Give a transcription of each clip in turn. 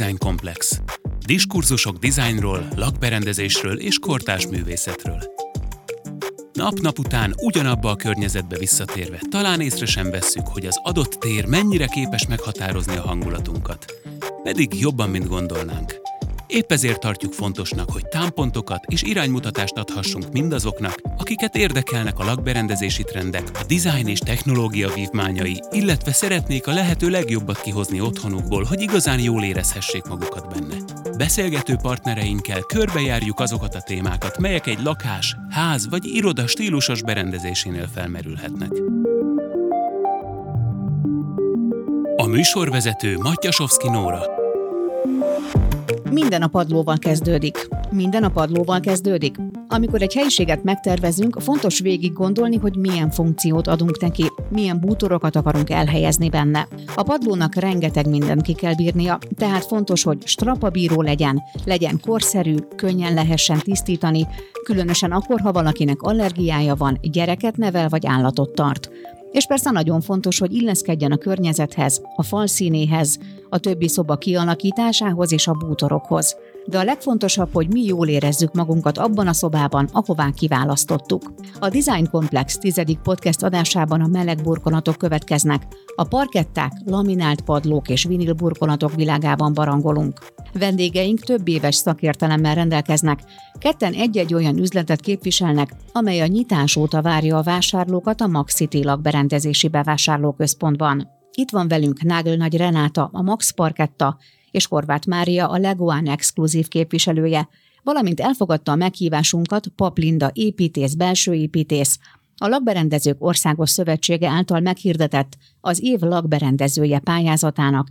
Design Komplex. Diskurzusok dizájnról, lakberendezésről és kortárs művészetről. Nap-nap után ugyanabba a környezetbe visszatérve talán észre sem vesszük, hogy az adott tér mennyire képes meghatározni a hangulatunkat. Pedig jobban, mint gondolnánk. Épp ezért tartjuk fontosnak, hogy támpontokat és iránymutatást adhassunk mindazoknak, akiket érdekelnek a lakberendezési trendek, a design és technológia vívmányai, illetve szeretnék a lehető legjobbat kihozni otthonukból, hogy igazán jól érezhessék magukat benne. Beszélgető partnereinkkel körbejárjuk azokat a témákat, melyek egy lakás, ház vagy iroda stílusos berendezésénél felmerülhetnek. A műsorvezető Matyasovszky Nóra. Minden a padlóval kezdődik. Amikor egy helyiséget megtervezünk, fontos végig gondolni, hogy milyen funkciót adunk neki, milyen bútorokat akarunk elhelyezni benne. A padlónak rengeteg mindent ki kell bírnia, tehát fontos, hogy strapabíró legyen korszerű, könnyen lehessen tisztítani, különösen akkor, ha valakinek allergiája van, gyereket nevel vagy állatot tart. És persze nagyon fontos, hogy illeszkedjen a környezethez, a fal színéhez, a többi szoba kialakításához és a bútorokhoz. De a legfontosabb, hogy mi jól érezzük magunkat abban a szobában, ahová kiválasztottuk. A Design Komplex 10. podcast adásában a meleg burkolatok következnek. A parketták, laminált padlók és vinil burkolatok világában barangolunk. Vendégeink több éves szakértelemmel rendelkeznek, ketten egy-egy olyan üzletet képviselnek, amely a nyitás óta várja a vásárlókat a Max City lakberendezési bevásárlóközpontban. Itt van velünk Nágl-Nagy Renáta, a Max Parketta, és Horváth Mária, a Legoan exkluzív képviselője, valamint elfogadta a meghívásunkat Pap Linda építész, belsőépítész, a Lakberendezők Országos Szövetsége által meghirdetett az év lakberendezője pályázatának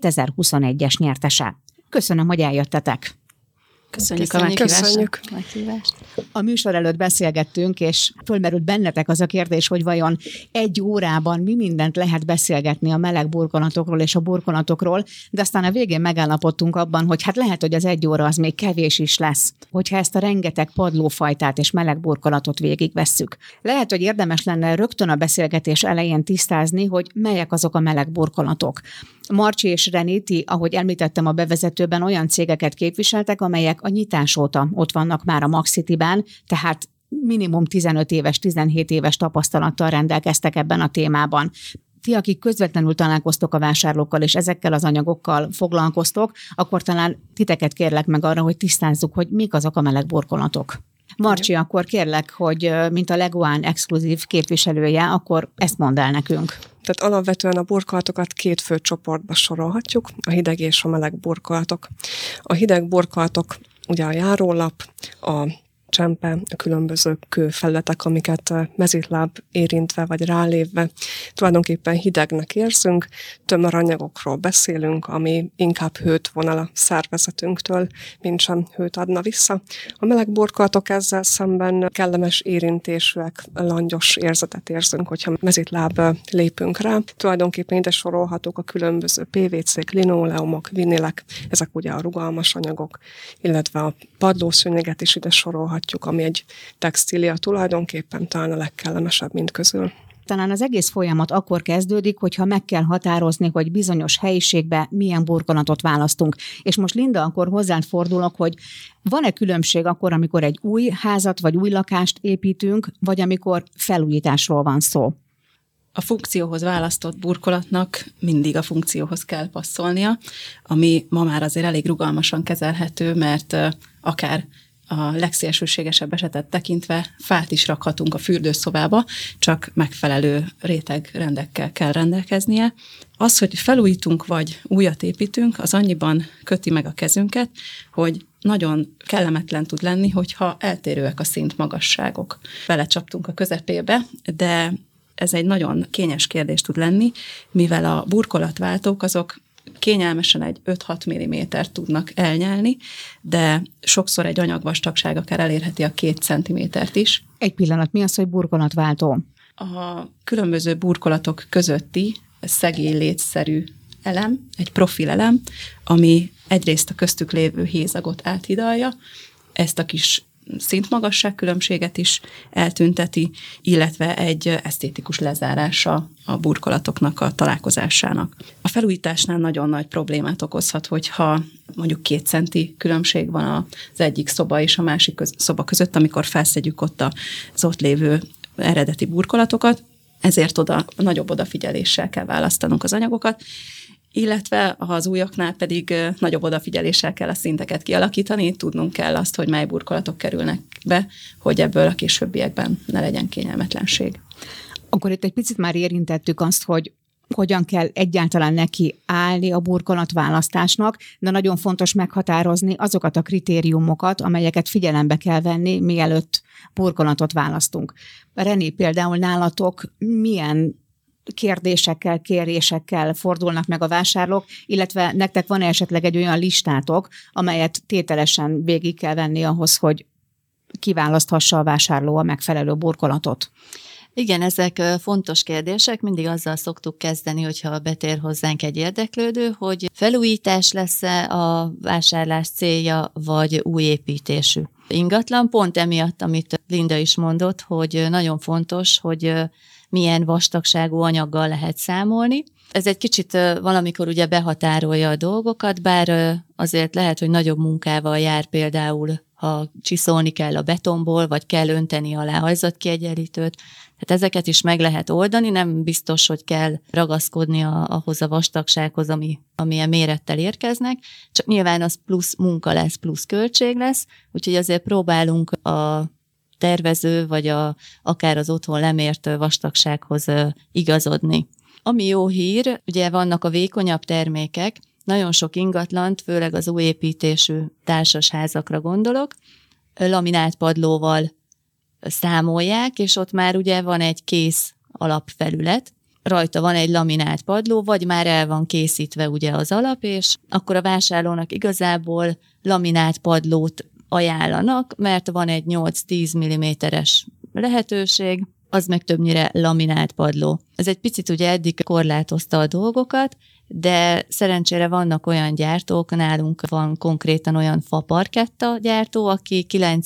2021-es nyertese. Köszönöm, hogy eljöttetek! Köszönjük a meghívást. A műsor előtt beszélgettünk, és fölmerült bennetek az a kérdés, hogy vajon egy órában mi mindent lehet beszélgetni a meleg burkolatokról és a burkolatokról, de aztán a végén megállapodtunk abban, hogy hát lehet, hogy az egy óra az még kevés is lesz, hogyha ezt a rengeteg padlófajtát és meleg burkolatot végigvesszük. Lehet, hogy érdemes lenne rögtön a beszélgetés elején tisztázni, hogy melyek azok a meleg burkolatok. Marcsi és Reni, ti, ahogy említettem a bevezetőben, olyan cégeket képviseltek, amelyek a nyitás óta ott vannak már a Max Cityben, tehát minimum 15 éves, 17 éves tapasztalattal rendelkeztek ebben a témában. Ti, akik közvetlenül találkoztok a vásárlókkal, és ezekkel az anyagokkal foglalkoztok, akkor talán titeket kérlek meg arra, hogy tisztázzuk, hogy mik azok a meleg burkolatok. Marcsi, akkor kérlek, hogy mint a Legoan exkluzív képviselője, akkor ezt mondd el nekünk. Tehát alapvetően a burkolatokat két fő csoportba sorolhatjuk, a hideg és a meleg burkolatok. A hideg burkolatok ugye a járólap, a csempe, a különböző kőfelületek, amiket mezitláb érintve vagy rálévve tulajdonképpen hidegnek érzünk, tömöranyagokról beszélünk, ami inkább hőt vonal a szervezetünktől, mint sem hőt adna vissza. A meleg burkolatok ezzel szemben kellemes érintésűek, langyos érzetet érzünk, hogyha mezitláb lépünk rá. Tulajdonképpen ide sorolhatók a különböző PVC-k, linoleumok, vinilek, ezek ugye a rugalmas anyagok, illetve a padlószőnyeget is ide sorolhatjuk, ami egy textília tulajdonképpen talán a legkellemesebb mind közül. Talán az egész folyamat akkor kezdődik, hogyha meg kell határozni, hogy bizonyos helyiségbe milyen burkolatot választunk. És most Linda, akkor hozzád fordulok, hogy van-e különbség akkor, amikor egy új házat vagy új lakást építünk, vagy amikor felújításról van szó? A funkcióhoz választott burkolatnak mindig a funkcióhoz kell passzolnia, ami ma már azért elég rugalmasan kezelhető, mert akár a legszélsőségesebb esetet tekintve fát is rakhatunk a fürdőszobába, csak megfelelő rétegrendekkel kell rendelkeznie. Az, hogy felújítunk vagy újat építünk, az annyiban köti meg a kezünket, hogy nagyon kellemetlen tud lenni, hogyha eltérőek a szintmagasságok. Belecsaptunk a közepébe, de ez egy nagyon kényes kérdés tud lenni, mivel a burkolatváltók azok kényelmesen egy 5-6 mm tudnak elnyelni, de sokszor egy anyagvastagság akár elérheti a 2 cm-t is. Egy pillanat, mi az, hogy burkolatváltó? A különböző burkolatok közötti szegély létszerű elem, egy profilelem, ami egyrészt a köztük lévő hézagot áthidalja, ezt a kis szintmagasság különbséget is eltünteti, illetve egy esztétikus lezárása a burkolatoknak a találkozásának. A felújításnál nagyon nagy problémát okozhat, hogyha mondjuk 2 centi különbség van az egyik szoba és a másik szoba között, amikor felszedjük ott az ott lévő eredeti burkolatokat, ezért nagyobb odafigyeléssel kell választanunk az anyagokat, illetve az újaknál pedig nagyobb odafigyeléssel kell a szinteket kialakítani, tudnunk kell azt, hogy mely burkolatok kerülnek be, hogy ebből a későbbiekben ne legyen kényelmetlenség. Akkor itt egy picit már érintettük azt, hogy hogyan kell egyáltalán neki állni a burkolatválasztásnak, de nagyon fontos meghatározni azokat a kritériumokat, amelyeket figyelembe kell venni, mielőtt burkolatot választunk. René, például nálatok milyen kérdésekkel, kérésekkel fordulnak meg a vásárlók, illetve nektek van esetleg egy olyan listátok, amelyet tételesen végig kell venni ahhoz, hogy kiválaszthassa a vásárló a megfelelő burkolatot? Igen, ezek fontos kérdések, mindig azzal szoktuk kezdeni, hogyha betér hozzánk egy érdeklődő, hogy felújítás lesz-e a vásárlás célja, vagy új építésű ingatlan. Pont emiatt, amit Linda is mondott, hogy nagyon fontos, hogy milyen vastagságú anyaggal lehet számolni. Ez egy kicsit valamikor ugye behatárolja a dolgokat, bár azért lehet, hogy nagyobb munkával jár például, ha csiszolni kell a betonból, vagy kell önteni alá hajzatkiegyenlítőt. Tehát ezeket is meg lehet oldani, nem biztos, hogy kell ragaszkodni ahhoz a vastagsághoz, amilyen mérettel érkeznek, csak nyilván az plusz munka lesz, plusz költség lesz, úgyhogy azért próbálunk a tervező, vagy akár az otthon lemért vastagsághoz igazodni. Ami jó hír, ugye vannak a vékonyabb termékek, nagyon sok ingatlant, főleg az új építésű társasházakra gondolok, laminált padlóval számolják, és ott már ugye van egy kész alapfelület, rajta van egy laminált padló, vagy már el van készítve ugye az alap, és akkor a vásárlónak igazából laminált padlót ajánlanak, mert van egy 8-10 mm-es lehetőség, az meg többnyire laminált padló. Ez egy picit ugye eddig korlátozta a dolgokat, de szerencsére vannak olyan gyártók, nálunk van konkrétan olyan faparketta gyártó, aki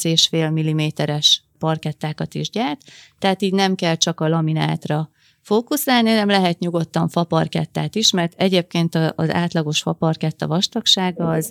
9,5 mm-es parkettákat is gyárt, tehát így nem kell csak a laminátra fókuszálni, nem lehet nyugodtan faparkettát is, mert egyébként az átlagos faparketta vastagsága az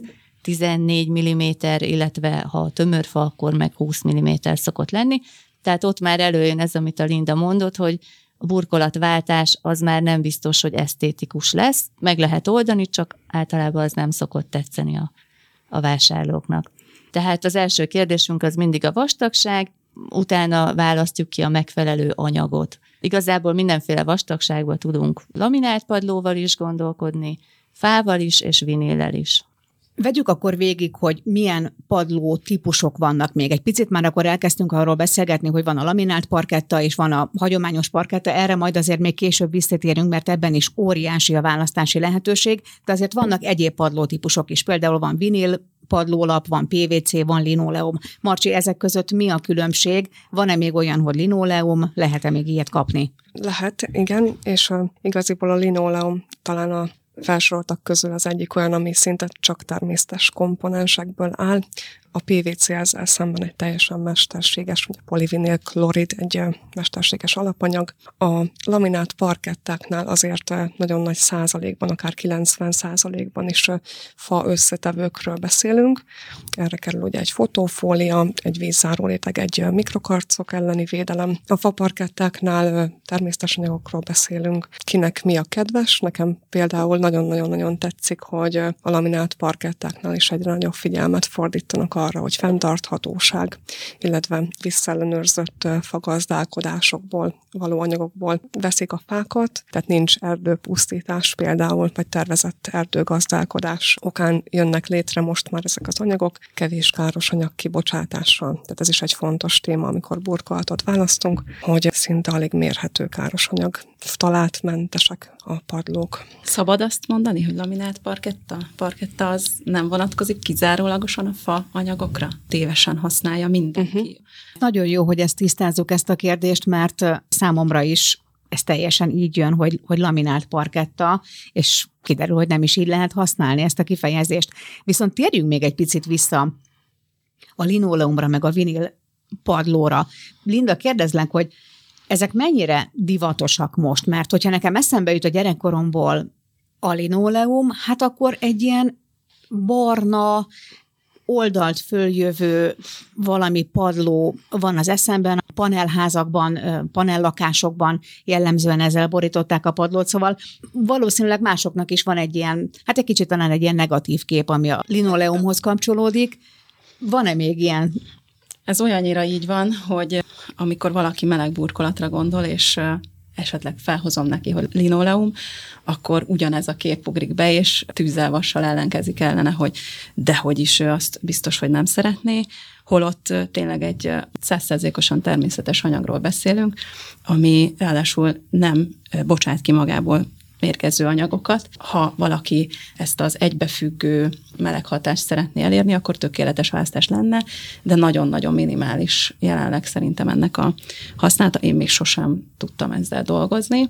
14 mm, illetve ha tömör fa, akkor meg 20 mm szokott lenni. Tehát ott már előjön ez, amit a Linda mondott, hogy a burkolatváltás az már nem biztos, hogy esztétikus lesz. Meg lehet oldani, csak általában az nem szokott tetszeni a vásárlóknak. Tehát az első kérdésünk az mindig a vastagság, utána választjuk ki a megfelelő anyagot. Igazából mindenféle vastagságban tudunk laminált padlóval is gondolkodni, fával is és vinéllel is. Vegyük akkor végig, hogy milyen padló típusok vannak még. Egy picit már akkor elkezdtünk arról beszélgetni, hogy van a laminált parketta, és van a hagyományos parketta. Erre majd azért még később visszatérünk, mert ebben is óriási a választási lehetőség, de azért vannak egyéb padlótípusok is. Például van vinil padlólap, van PVC, van linoleum. Marcsi, ezek között mi a különbség? Van-e még olyan, hogy linoleum? Lehet-e még ilyet kapni? Lehet, igen, és igaziból a linoleum talán a felsoroltak közül az egyik olyan, ami szinte csak természetes komponensekből áll. A PVC ezzel szemben egy teljesen mesterséges, polivinil klorid, egy mesterséges alapanyag. A laminált parkettáknál azért nagyon nagy százalékban, akár 90%-ban is fa összetevőkről beszélünk. Erre kerül ugye egy fotófólia, egy vízzáróréteg, egy mikrokarcok elleni védelem. A fa parkettáknál természetes anyagokról beszélünk. Kinek mi a kedves? Nekem például nagyon-nagyon tetszik, hogy a laminált parkettáknál is egyre nagyobb figyelmet fordítanak arra, hogy fenntarthatóság, illetve visszaellenőrzött fagazdálkodásokból, való anyagokból veszik a fákat, tehát nincs erdőpusztítás például, vagy tervezett erdőgazdálkodás okán jönnek létre most már ezek az anyagok, kevés káros anyag kibocsátással. Tehát ez is egy fontos téma, amikor burkolatot választunk, hogy szinte alig mérhető káros anyag találtmentesek a padlók. Szabad azt mondani, hogy laminált parketta? Parketta az nem vonatkozik kizárólagosan a fa anyagokra? Tévesen használja mindenki. Nagyon jó, hogy ezt tisztázzuk, ezt a kérdést, mert számomra is ez teljesen így jön, hogy laminált parketta, és kiderül, hogy nem is így lehet használni ezt a kifejezést. Viszont térjünk még egy picit vissza a linoleumra, meg a vinil padlóra. Linda, kérdezlek, hogy ezek mennyire divatosak most? Mert hogyha nekem eszembe jut a gyerekkoromból a linoleum, hát akkor egy ilyen barna, oldalt följövő valami padló van az eszemben, a panelházakban, panellakásokban jellemzően ezzel borították a padlót, szóval valószínűleg másoknak is van egy ilyen, hát egy kicsit talán egy ilyen negatív kép, ami a linoleumhoz kapcsolódik. Van-e még ilyen? Ez olyannyira így van, hogy amikor valaki meleg burkolatra gondol, és esetleg felhozom neki, hogy linoleum, akkor ugyanez a kép ugrik be, és tűzzel, vassal ellenkezik ellene, hogy dehogy is ő azt biztos, hogy nem szeretné, holott tényleg egy 100%-osan természetes anyagról beszélünk, ami ráadásul nem bocsát ki magából mérgező anyagokat. Ha valaki ezt az egybefüggő meleghatást szeretné elérni, akkor tökéletes választás lenne, de nagyon-nagyon minimális jelenleg szerintem ennek a használata. Én még sosem tudtam ezzel dolgozni.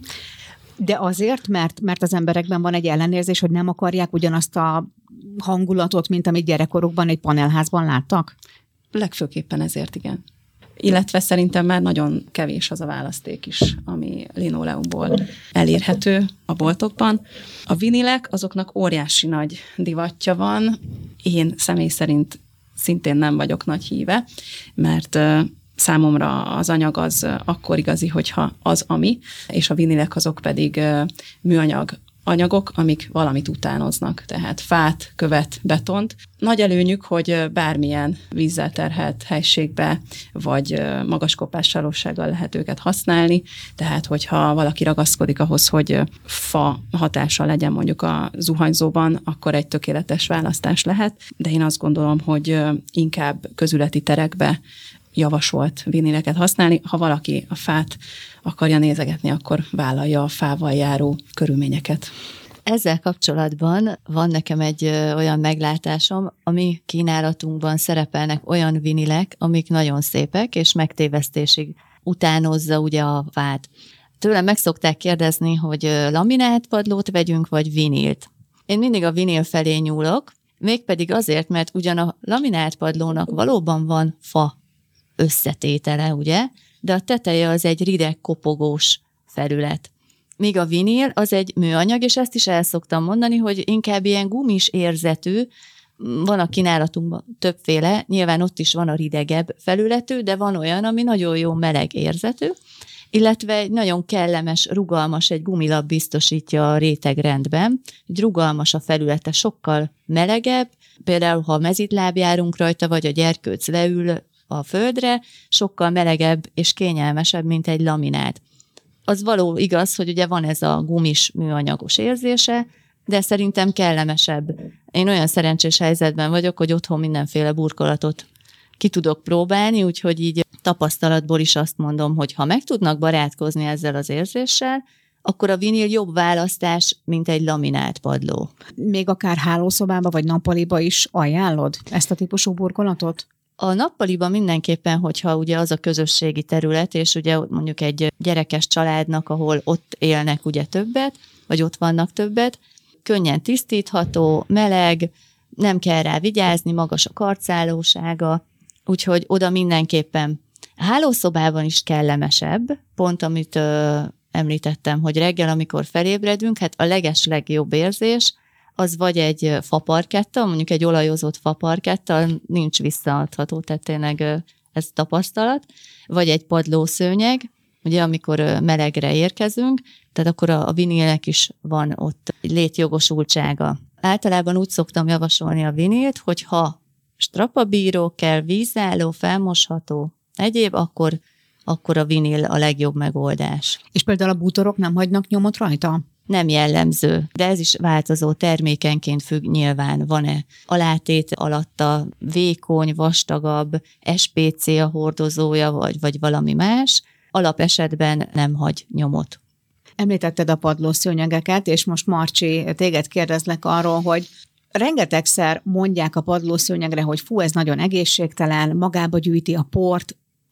De azért, mert az emberekben van egy ellenérzés, hogy nem akarják ugyanazt a hangulatot, mint amit gyerekkorukban egy panelházban láttak? Legfőképpen ezért, igen. Illetve szerintem már nagyon kevés az a választék is, ami linoleumból elérhető a boltokban. A vinilek, azoknak óriási nagy divatja van. Én személy szerint szintén nem vagyok nagy híve, mert számomra az anyag az akkor igazi, hogyha az ami, és a vinilek azok pedig műanyag anyagok, amik valamit utánoznak, tehát fát, követ, betont. Nagy előnyük, hogy bármilyen vízzel terhelt helységbe, vagy magas kopássalossággal lehet őket használni, tehát hogyha valaki ragaszkodik ahhoz, hogy fa hatása legyen mondjuk a zuhanyzóban, akkor egy tökéletes választás lehet, de én azt gondolom, hogy inkább közületi terekbe javasolt vinileket használni. Ha valaki a fát akarja nézegetni, akkor vállalja a fával járó körülményeket. Ezzel kapcsolatban van nekem egy olyan meglátásom, ami kínálatunkban szerepelnek olyan vinilek, amik nagyon szépek, és megtévesztésig utánozza ugye a fát. Tőlem meg szokták kérdezni, hogy laminált padlót vegyünk, vagy vinilt. Én mindig a vinil felé nyúlok, mégpedig azért, mert ugyan a laminált padlónak valóban van fa összetétele, ugye, de a teteje az egy rideg, kopogós felület. Míg a vinil az egy műanyag, és ezt is el szoktam mondani, hogy inkább ilyen gumis érzetű, van a kínálatunkban többféle, nyilván ott is van a ridegebb felületű, de van olyan, ami nagyon jó meleg érzetű, illetve egy nagyon kellemes, rugalmas, egy gumilap biztosítja a rétegrendben, egy rugalmas a felülete, sokkal melegebb, például ha mezitláb járunk rajta, vagy a gyerkőc leül a földre, sokkal melegebb és kényelmesebb, mint egy laminát. Az való igaz, hogy ugye van ez a gumis műanyagos érzése, de szerintem kellemesebb. Én olyan szerencsés helyzetben vagyok, hogy otthon mindenféle burkolatot ki tudok próbálni, úgyhogy így tapasztalatból is azt mondom, hogy ha meg tudnak barátkozni ezzel az érzéssel, akkor a vinil jobb választás, mint egy laminált padló. Még akár hálószobába vagy nappaliba is ajánlod ezt a típusú burkolatot? A nappaliban mindenképpen, hogyha ugye az a közösségi terület, és ugye mondjuk egy gyerekes családnak, ahol ott élnek ugye többet, vagy ott vannak többet, könnyen tisztítható, meleg, nem kell rá vigyázni, magas a karcálósága, úgyhogy oda mindenképpen. A hálószobában is kellemesebb, pont amit említettem, hogy reggel, amikor felébredünk, hát a legeslegjobb érzés, az vagy egy faparketta, mondjuk egy olajozott faparketta, nincs visszaadható, tehát tényleg ez tapasztalat, vagy egy padlószőnyeg, ugye amikor melegre érkezünk, tehát akkor a vinilnek is van ott egy létjogosultsága. Általában úgy szoktam javasolni a vinilt, hogy ha strapabíró kell, vízálló, felmosható, egyéb, akkor a vinil a legjobb megoldás. És például a bútorok nem hagynak nyomot rajta? Nem jellemző, de ez is változó, termékenként függ nyilván. Van-e alátét alatta vékony, vastagabb, SPC a hordozója, vagy valami más, alapesetben nem hagy nyomot. Említetted a padlószőnyegeket, és most Marcsi, téged kérdezlek arról, hogy rengetegszer mondják a padlószőnyegre, hogy fú, ez nagyon egészségtelen, magába gyűjti a port.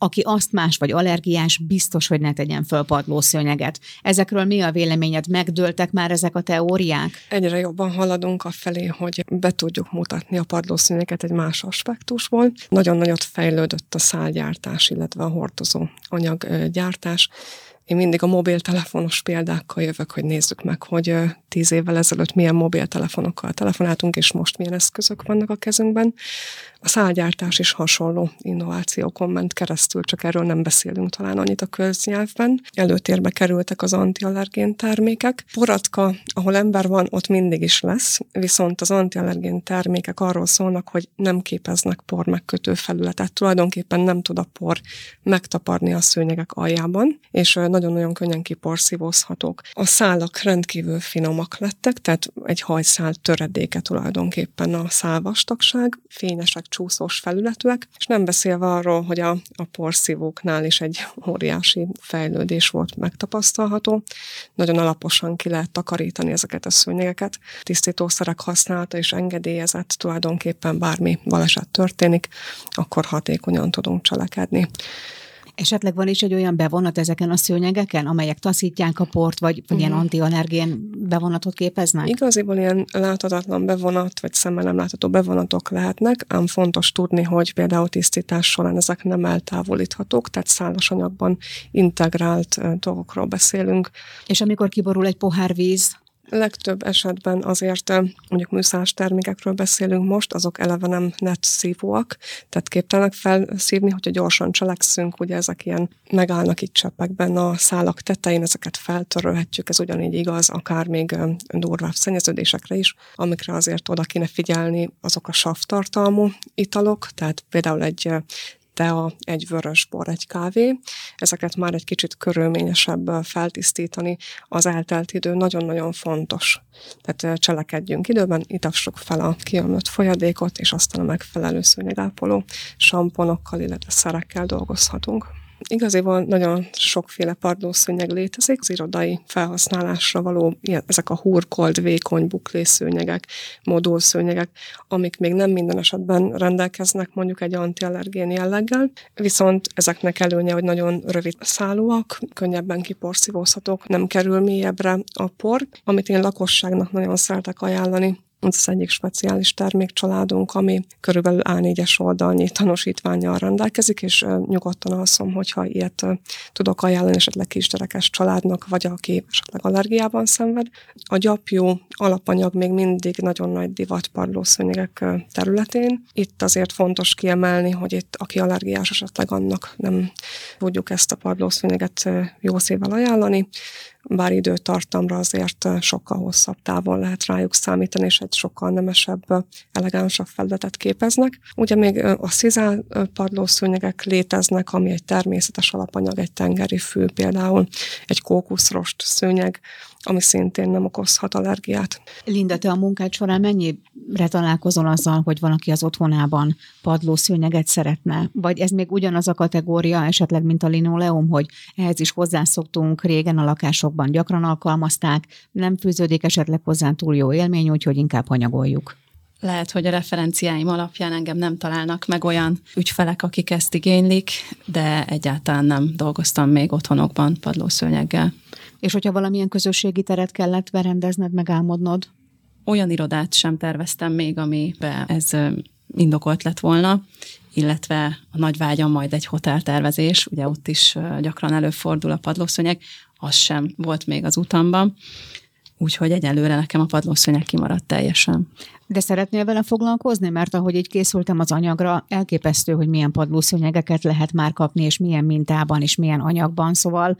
aki asztmás vagy allergiás, biztos, hogy ne tegyen föl padlószőnyeget. Ezekről mi a véleményed? Megdőltek már ezek a teóriák? Egyre jobban haladunk afelé, hogy be tudjuk mutatni a padlószőnyeget egy más aspektusból. Nagyon nagyot fejlődött a szálgyártás, illetve a hordozó anyaggyártás. Én mindig a mobiltelefonos példákkal jövök, hogy nézzük meg, hogy 10 évvel ezelőtt milyen mobiltelefonokkal telefonáltunk, és most milyen eszközök vannak a kezünkben. A szálgyártás is hasonló innovációkon ment keresztül, csak erről nem beszélünk talán annyit a köznyelvben. Előtérbe kerültek az antiallergén termékek. Poratka, ahol ember van, ott mindig is lesz, viszont az antiallergén termékek arról szólnak, hogy nem képeznek por megkötő felületet. Tulajdonképpen nem tud a por megtaparni a szőnyegek aljában, és nagyon-nagyon könnyen kiporszívózhatók. A szálak rendkívül finomak lettek, tehát egy hajszál töredéke tulajdonképpen a szálvastagság, fényesek, csúszós felületűek, és nem beszélve arról, hogy a porszívóknál is egy óriási fejlődés volt megtapasztalható. Nagyon alaposan ki lehet takarítani ezeket a szőnyegeket. Tisztítószerek használata is engedélyezett, tulajdonképpen bármi baleset történik, akkor hatékonyan tudunk cselekedni. Esetleg van is egy olyan bevonat ezeken a szőnyegeken, amelyek taszítják a port, vagy ilyen antiallergén bevonatot képeznek? Igaziból ilyen láthatatlan bevonat, vagy szemmel nem látható bevonatok lehetnek, ám fontos tudni, hogy például tisztítás során ezek nem eltávolíthatók, tehát szálas anyagban integrált dolgokról beszélünk. És amikor kiborul egy pohár víz? Legtöbb esetben azért mondjuk műszálas termékekről beszélünk most, azok eleve nem netszívóak, tehát képtelenek felszívni, hogyha gyorsan cselekszünk, ugye ezek ilyen megállnak itt cseppekben a szálak tetején, ezeket feltörölhetjük, ez ugyanígy igaz, akár még durvább szennyeződésekre is, amikre azért oda kéne figyelni, azok a savtartalmú italok, tehát például egy tea, egy vörösbor, egy kávé. Ezeket már egy kicsit körülményesebb feltisztítani. Az eltelt idő nagyon-nagyon fontos. Tehát cselekedjünk időben, itassuk fel a kiömlött folyadékot, és aztán a megfelelő szőnyegápoló samponokkal, illetve szerekkel dolgozhatunk. Igaziból nagyon sokféle padlószőnyeg létezik, az irodai felhasználásra való, ezek a hurkolt, vékony buklé-szőnyegek, modulszőnyegek, amik még nem minden esetben rendelkeznek mondjuk egy antiallergén jelleggel, viszont ezeknek előnye, hogy nagyon rövid szálúak, könnyebben kiporszívózhatók, nem kerül mélyebbre a por, amit én lakosságnak nagyon szeretek ajánlani. Ez egyik speciális termékcsaládunk, ami körülbelül A4-es oldalnyi tanúsítvánnyal rendelkezik, és nyugodtan alszom, hogyha ilyet tudok ajánlani esetleg kisgyerekes családnak, vagy aki esetleg allergiában szenved. A gyapjú alapanyag még mindig nagyon nagy divat padlószőnyegek területén. Itt azért fontos kiemelni, hogy itt aki allergiás esetleg annak nem tudjuk ezt a padlószőnyeget jó szívvel ajánlani, bár időtartamra azért sokkal hosszabb távon lehet rájuk számítani, és egy sokkal nemesebb, elegánsabb felületet képeznek. Ugye még a szizál padlószőnyegek léteznek, ami egy természetes alapanyag, egy tengeri fű, például egy kókuszrost szőnyeg, ami szintén nem okozhat allergiát. Linda, te a munkád során mennyire találkozol azzal, hogy valaki az otthonában padlószőnyeget szeretne? Vagy ez még ugyanaz a kategória esetleg, mint a linoleum, hogy ehhez is hozzászoktunk, régen a lakásokban gyakran alkalmazták, nem fűződik esetleg hozzá túl jó élmény, úgyhogy inkább hanyagoljuk. Lehet, hogy a referenciáim alapján engem nem találnak meg olyan ügyfelek, akik ezt igénylik, de egyáltalán nem dolgoztam még otthonokban padlószőnyeggel. És hogyha valamilyen közösségi teret kellett berendezned, megálmodnod? Olyan irodát sem terveztem még, amiben ez indokolt lett volna, illetve a nagy vágyam majd egy hoteltervezés, ugye ott is gyakran előfordul a padlószőnyeg, az sem volt még az utamban, úgyhogy egyelőre nekem a padlószőnyeg kimaradt teljesen. De szeretnél vele foglalkozni? Mert ahogy így készültem az anyagra, elképesztő, hogy milyen padlószőnyegeket lehet már kapni, és milyen mintában, és milyen anyagban, szóval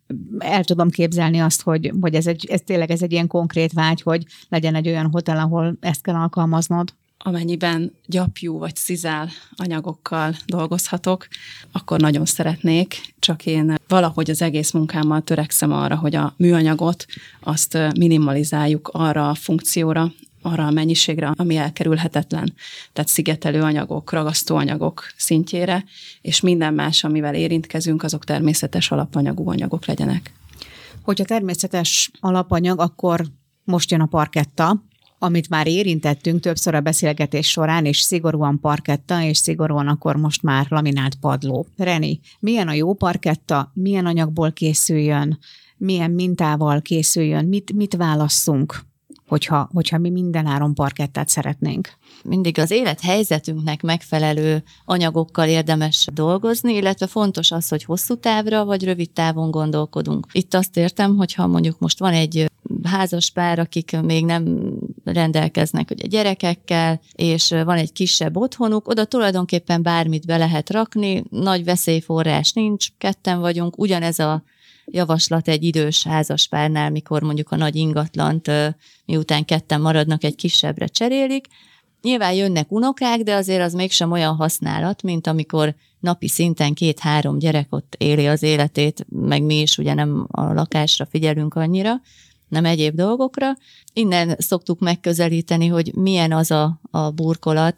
el tudom képzelni azt, hogy ez tényleg egy ilyen konkrét vágy, hogy legyen egy olyan hotel, ahol ezt kell alkalmaznod. Amennyiben gyapjú vagy szizál anyagokkal dolgozhatok, akkor nagyon szeretnék, csak én valahogy az egész munkámmal törekszem arra, hogy a műanyagot azt minimalizáljuk arra a funkcióra, arra a mennyiségre, ami elkerülhetetlen. Tehát szigetelő anyagok, ragasztó anyagok szintjére, és minden más, amivel érintkezünk, azok természetes alapanyagú anyagok legyenek. Hogyha természetes alapanyag, akkor most jön a parketta, Amit már érintettünk többször a beszélgetés során, és szigorúan parketta, és szigorúan akkor most már laminált padló. Reni, milyen a jó parketta, milyen anyagból készüljön, milyen mintával készüljön, mit válasszunk, hogyha mi mindenáron parkettát szeretnénk? Mindig az élethelyzetünknek megfelelő anyagokkal érdemes dolgozni, illetve fontos az, hogy hosszú távra vagy rövid távon gondolkodunk. Itt azt értem, hogyha mondjuk most van egy házaspár, akik még nem rendelkeznek ugye gyerekekkel, és van egy kisebb otthonuk, oda tulajdonképpen bármit be lehet rakni, nagy veszélyforrás nincs, ketten vagyunk, ugyanez a javaslat egy idős házaspárnál, mikor mondjuk a nagy ingatlant, miután ketten maradnak, egy kisebbre cserélik. Nyilván jönnek unokák, de azért az mégsem olyan használat, mint amikor napi szinten 2-3 gyerek ott éli az életét, meg mi is ugye nem a lakásra figyelünk annyira, nem egyéb dolgokra. Innen szoktuk megközelíteni, hogy milyen az a burkolat,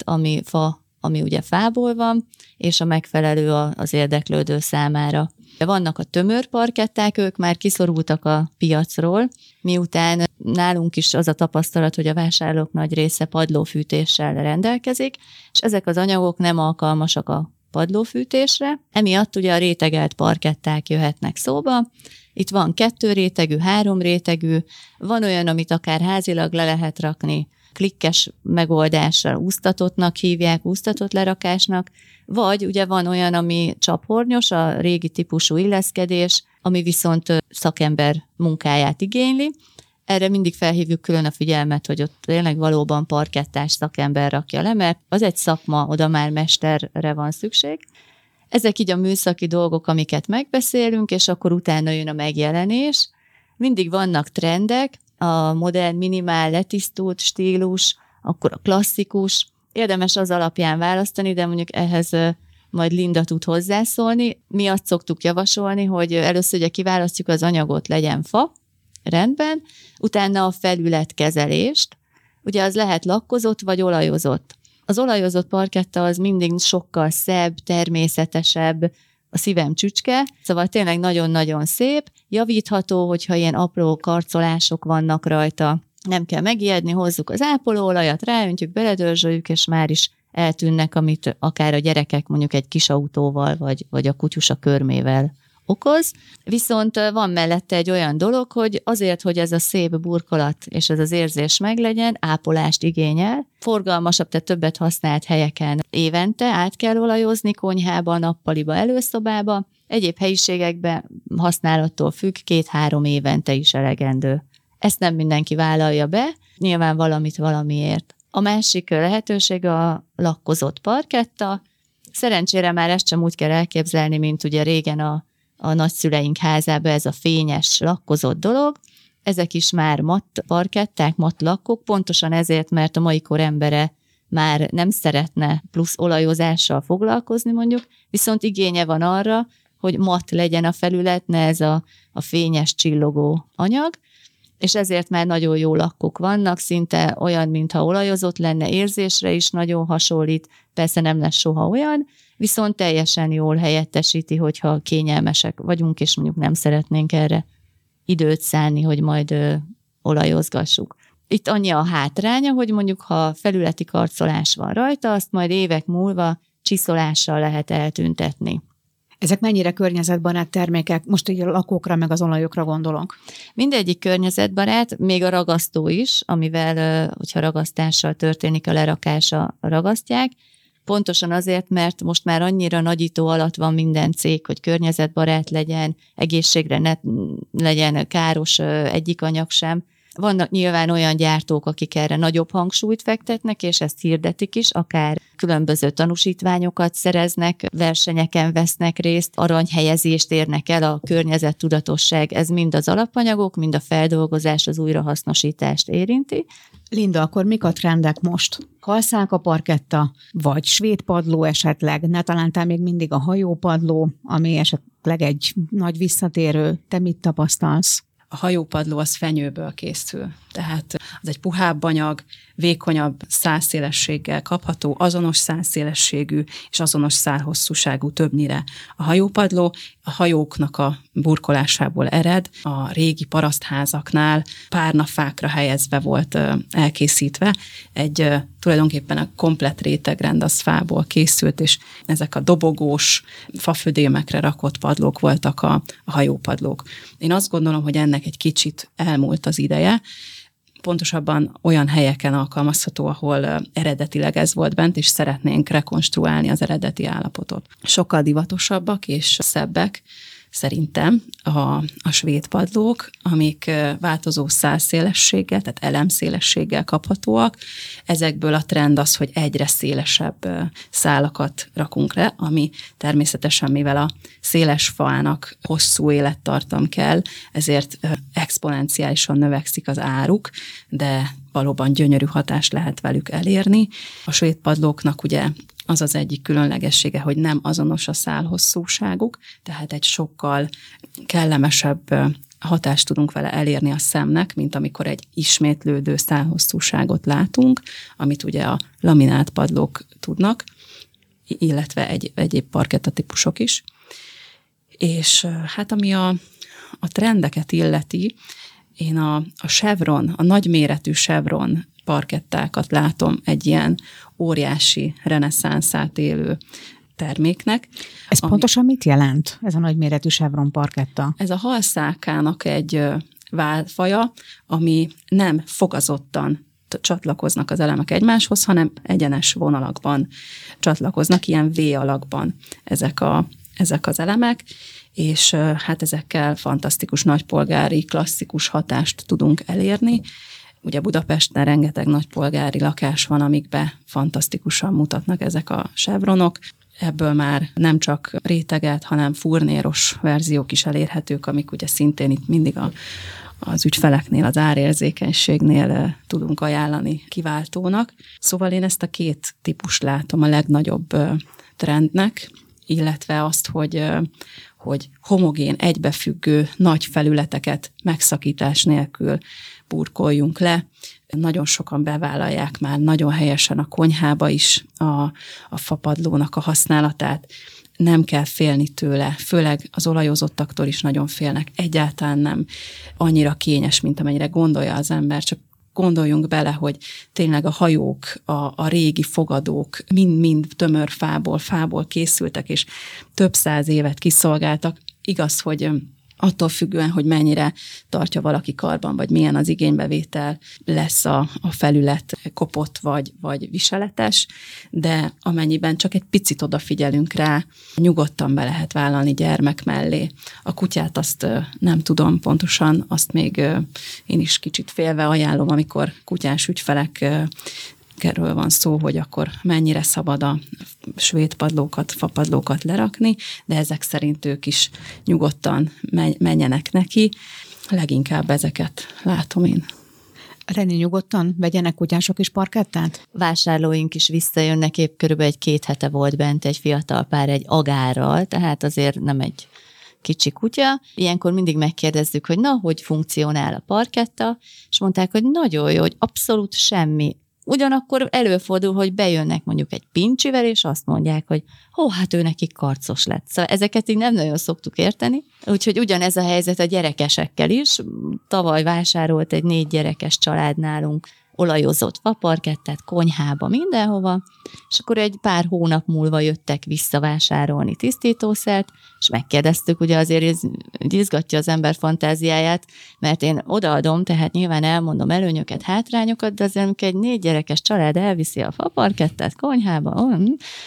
ami ugye fából van, és a megfelelő az érdeklődő számára. Vannak a tömör parketták, ők már kiszorultak a piacról, miután nálunk is az a tapasztalat, hogy a vásárlók nagy része padlófűtéssel rendelkezik, és ezek az anyagok nem alkalmasak a padlófűtésre, emiatt ugye a rétegelt parketták jöhetnek szóba. Itt van 2 rétegű, 3 rétegű, van olyan, amit akár házilag le lehet rakni, klikkes megoldással úsztatottnak hívják, úsztatott lerakásnak, vagy ugye van olyan, ami csaphornyos, a régi típusú illeszkedés, ami viszont szakember munkáját igényli. Erre mindig felhívjuk külön a figyelmet, hogy ott tényleg valóban parkettás szakember rakja le, mert az egy szakma, oda már mesterre van szükség. Ezek így a műszaki dolgok, amiket megbeszélünk, és akkor utána jön a megjelenés. Mindig vannak trendek, a modern, minimál, letisztult stílus, akkor a klasszikus. Érdemes az alapján választani, de mondjuk ehhez majd Linda tud hozzászólni. Mi azt szoktuk javasolni, hogy először ugye kiválasztjuk az anyagot, legyen fa, rendben, utána a felületkezelést, ugye az lehet lakkozott vagy olajozott. Az olajozott parketta az mindig sokkal szebb, természetesebb, a szívem csücske, szóval tényleg nagyon-nagyon szép, javítható, hogyha ilyen apró karcolások vannak rajta, nem kell megijedni, hozzuk az ápolóolajat, ráöntjük, beledörzsöljük, és már is eltűnnek, amit akár a gyerekek mondjuk egy kis autóval, vagy a kutyusa körmével okoz. Viszont van mellette egy olyan dolog, hogy azért, hogy ez a szép burkolat és ez az érzés meglegyen, ápolást igényel. Forgalmasabb, tehát többet használt helyeken évente át kell olajozni, konyhába, nappaliba, előszobába. Egyéb helyiségekben használattól függ, 2-3 évente is elegendő. Ezt nem mindenki vállalja be, nyilván valamit valamiért. A másik lehetőség a lakkozott parketta. Szerencsére már ezt sem úgy kell elképzelni, mint ugye régen a nagyszüleink házába ez a fényes, lakkozott dolog. Ezek is már matt parketták, matt lakkok, pontosan ezért, mert a mai kor embere már nem szeretne plusz olajozással foglalkozni mondjuk, viszont igénye van arra, hogy matt legyen a felület, ne ez a fényes, csillogó anyag, és ezért már nagyon jó lakkok vannak, szinte olyan, mintha olajozott lenne, érzésre is nagyon hasonlít, persze nem lesz soha olyan, viszont teljesen jól helyettesíti, hogyha kényelmesek vagyunk, és mondjuk nem szeretnénk erre időt szánni, hogy majd olajozgassuk. Itt annyi a hátránya, hogy mondjuk ha felületi karcolás van rajta, azt majd évek múlva csiszolással lehet eltüntetni. Ezek mennyire környezetbarát termékek? Most így a lakókra, meg az olajokra gondolok. Mindegyik környezetbarát, még a ragasztó is, amivel, hogyha ragasztással történik a lerakása, ragasztják. Pontosan azért, mert most már annyira nagyító alatt van minden cég, hogy környezetbarát legyen, egészségre ne legyen káros egyik anyag sem. Vannak nyilván olyan gyártók, akik erre nagyobb hangsúlyt fektetnek, és ezt hirdetik is, akár különböző tanúsítványokat szereznek, versenyeken vesznek részt, aranyhelyezést érnek el, a környezettudatosság, ez mind az alapanyagok, mind a feldolgozás, az újrahasznosítást érinti. Linda, akkor mik a trendek most? Halszálka parketta, vagy svéd padló esetleg, ne talántál még mindig a hajópadló, ami esetleg egy nagy visszatérő. Te mit tapasztalsz? A hajópadló az fenyőből készül. Tehát az egy puhább anyag, vékonyabb szálszélességgel kapható, azonos szálszélességű és azonos szálhosszúságú többnyire. A hajópadló a hajóknak a burkolásából ered, a régi parasztházaknál párnafákra helyezve volt elkészítve, tulajdonképpen a komplett rétegrend az fából készült, és ezek a dobogós, fafödémekre rakott padlók voltak a hajópadlók. Én azt gondolom, hogy ennek egy kicsit elmúlt az ideje, pontosabban olyan helyeken alkalmazható, ahol eredetileg ez volt bent, és szeretnénk rekonstruálni az eredeti állapotot. Sokkal divatosabbak és szebbek szerintem a svéd padlók, amik változó szálszélességgel, tehát elemszélességgel kaphatóak. Ezekből a trend az, hogy egyre szélesebb szálakat rakunk le, ami természetesen, mivel a széles fának hosszú élettartam kell, ezért exponenciálisan növekszik az áruk, de valóban gyönyörű hatást lehet velük elérni. A svéd padlóknak ugye az az egyik különlegessége, hogy nem azonos a szálhosszúságuk, tehát egy sokkal kellemesebb hatást tudunk vele elérni a szemnek, mint amikor egy ismétlődő szálhosszúságot látunk, amit ugye a laminált padlók tudnak, illetve egyéb parketta típusok is. És hát ami a trendeket illeti, én a chevron, a nagyméretű chevron parkettákat látom egy ilyen óriási reneszánszát élő terméknek. Ez pontosan mit jelent, ez a nagyméretű chevron parketta? Ez a halszákának egy válfaja, ami nem fogazottan csatlakoznak az elemek egymáshoz, hanem egyenes vonalakban csatlakoznak, ilyen V-alakban ezek az elemek, és hát ezekkel fantasztikus nagypolgári, klasszikus hatást tudunk elérni. Ugye Budapesten rengeteg nagypolgári lakás van, amikbe fantasztikusan mutatnak ezek a chevronok. Ebből már nem csak réteget, hanem furnéros verziók is elérhetők, amik ugye szintén itt mindig az ügyfeleknél, az árérzékenységnél tudunk ajánlani kiváltónak. Szóval én ezt a két típust látom a legnagyobb trendnek, illetve azt, hogy homogén, egybefüggő nagy felületeket megszakítás nélkül burkoljunk le. Nagyon sokan bevállalják már nagyon helyesen a konyhába is a fapadlónak a használatát. Nem kell félni tőle, főleg az olajozottaktól is nagyon félnek. Egyáltalán nem annyira kényes, mint amennyire gondolja az ember, csak gondoljunk bele, hogy tényleg a hajók, a régi fogadók mind tömör fából készültek, és több száz évet kiszolgáltak. Igaz, hogy attól függően, hogy mennyire tartja valaki karban, vagy milyen az igénybevétel, lesz a felület kopott vagy viseletes, de amennyiben csak egy picit odafigyelünk rá, nyugodtan be lehet vállalni gyermek mellé. A kutyát azt nem tudom pontosan, azt még én is kicsit félve ajánlom, amikor kutyás ügyfelekről van szó, hogy akkor mennyire szabad a svéd padlókat, fapadlókat lerakni, de ezek szerint ők is nyugodtan menjenek neki. Leginkább ezeket látom én. Reni, nyugodtan vegyenek kutyások is parkettát? Vásárlóink is visszajönnek, épp körülbelül 2 hete volt bent egy fiatal pár egy agárral, tehát azért nem egy kicsi kutya. Ilyenkor mindig megkérdezzük, hogy hogy funkcionál a parketta, és mondták, hogy nagyon jó, hogy abszolút semmi. Ugyanakkor előfordul, hogy bejönnek mondjuk egy pincsivel, és azt mondják, hogy hát ő neki karcos lett. Szóval ezeket így nem nagyon szoktuk érteni. Úgyhogy ugyanez a helyzet a gyerekesekkel is. Tavaly vásárolt egy 4 gyerekes család nálunk olajozott faparkettát, konyhába, mindenhova, és akkor egy pár hónap múlva jöttek visszavásárolni tisztítószert, és megkérdeztük, ugye azért ez izgatja az ember fantáziáját, mert én odaadom, tehát nyilván elmondom előnyöket, hátrányokat, de azért egy 4 gyerekes család elviszi a faparkettát konyhába,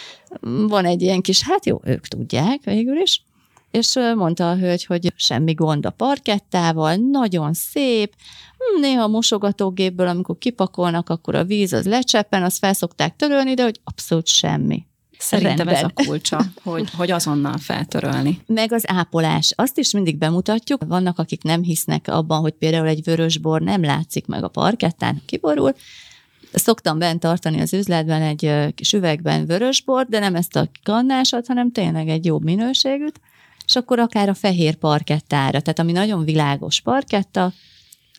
van egy ilyen kis, jó, ők tudják végül is, és mondta a hölgy, hogy semmi gond a parkettával, nagyon szép, néha a mosogatógépből, amikor kipakolnak, akkor a víz az lecseppen, azt felszokták törölni, de hogy abszolút semmi. Szerintem ez a kulcsa, hogy azonnal feltörölni. Meg az ápolás. Azt is mindig bemutatjuk. Vannak, akik nem hisznek abban, hogy például egy vörösbor nem látszik meg a parkettán, kiborul. Szoktam bent tartani az üzletben egy kis üvegben vörösbort, de nem ezt a kannásat, hanem tényleg egy jobb minőségűt, és akkor akár a fehér parkettára, tehát ami nagyon világos parketta,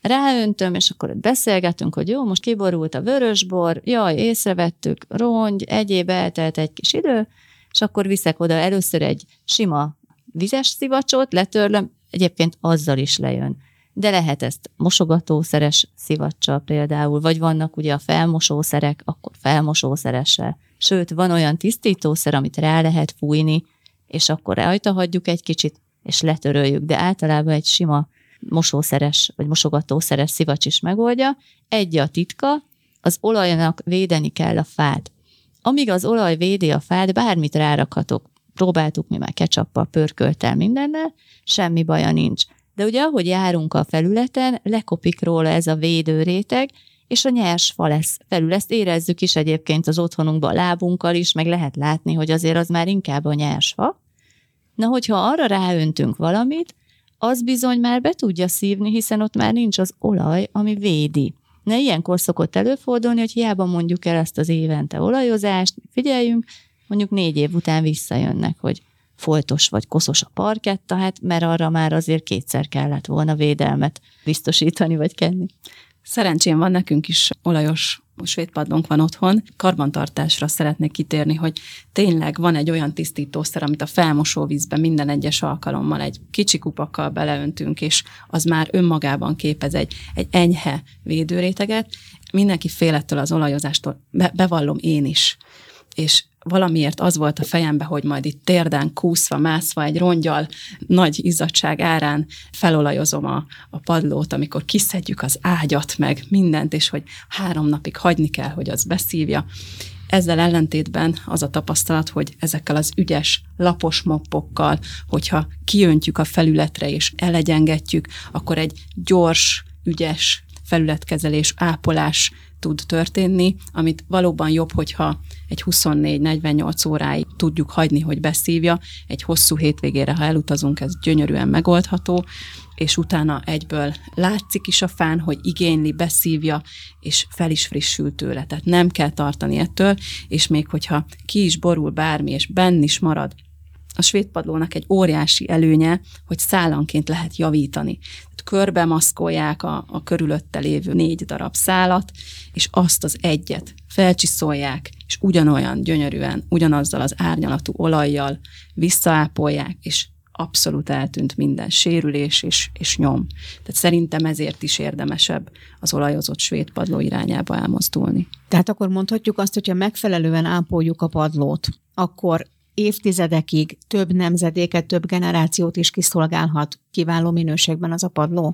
ráöntöm, és akkor beszélgetünk, hogy jó, most kiborult a vörösbor, jaj, észrevettük, rongy, egyéb, eltelt egy kis idő, és akkor viszek oda először egy sima vizes szivacsot, letörlöm, egyébként azzal is lejön. De lehet ezt mosogatószeres szivacsal például, vagy vannak ugye a felmosószerek, akkor felmosószeressel. Sőt, van olyan tisztítószer, amit rá lehet fújni, és akkor rajta hagyjuk egy kicsit, és letöröljük, de általában egy sima mosószeres, vagy mosogatószeres szivacs is megoldja. Egy a titka, az olajnak védeni kell a fát. Amíg az olaj védi a fát, bármit rárakhatok. Próbáltuk mi már ketchuppal, pörköltel, mindennel, semmi baja nincs. De ugye ahogy járunk a felületen, lekopik róla ez a védőréteg, és a nyers fa lesz felül. Ezt érezzük is egyébként az otthonunkban a lábunkkal is, meg lehet látni, hogy azért az már inkább a nyers fa. Na, hogyha arra ráöntünk valamit, az bizony már be tudja szívni, hiszen ott már nincs az olaj, ami védi. Na, ilyenkor szokott előfordulni, hogy hiába mondjuk el ezt az évente olajozást, figyeljünk, mondjuk 4 év után visszajönnek, hogy foltos vagy koszos a parketta, hát mert arra már azért 2-szer kellett volna védelmet biztosítani vagy kenni. Szerencsém van, nekünk is olajos svédpadlónk van otthon. Karbantartásra szeretnék kitérni, hogy tényleg van egy olyan tisztítószer, amit a felmosóvízbe minden egyes alkalommal egy kicsi kupakkal beleöntünk, és az már önmagában képez egy enyhe védőréteget. Mindenki fél ettől az olajozástól, bevallom én is. És valamiért az volt a fejembe, hogy majd itt térdán kúszva, mászva egy rongyal nagy izzadság árán felolajozom a padlót, amikor kiszedjük az ágyat, meg mindent, és hogy 3 napig hagyni kell, hogy az beszívja. Ezzel ellentétben az a tapasztalat, hogy ezekkel az ügyes, lapos moppokkal, hogyha kiöntjük a felületre és elegyengetjük, akkor egy gyors, ügyes felületkezelés, ápolás tud történni, amit valóban jobb, hogyha egy 24-48 óráig tudjuk hagyni, hogy beszívja. Egy hosszú hétvégére, ha elutazunk, ez gyönyörűen megoldható, és utána egyből látszik is a fán, hogy igényli, beszívja, és fel is frissül tőle. Tehát nem kell tartani ettől, és még hogyha ki is borul bármi, és benn is marad, a svédpadlónak egy óriási előnye, hogy szálanként lehet javítani. Körbe maszkolják a körülötte lévő 4 darab szálat, és azt az egyet felcsiszolják, és ugyanolyan gyönyörűen, ugyanazzal az árnyalatú olajjal visszaápolják, és abszolút eltűnt minden sérülés és nyom. Tehát szerintem ezért is érdemesebb az olajozott svédpadló irányába elmozdulni. Tehát akkor mondhatjuk azt, hogyha megfelelően ápoljuk a padlót, akkor évtizedekig több nemzedéket, több generációt is kiszolgálhat kiváló minőségben az a padló?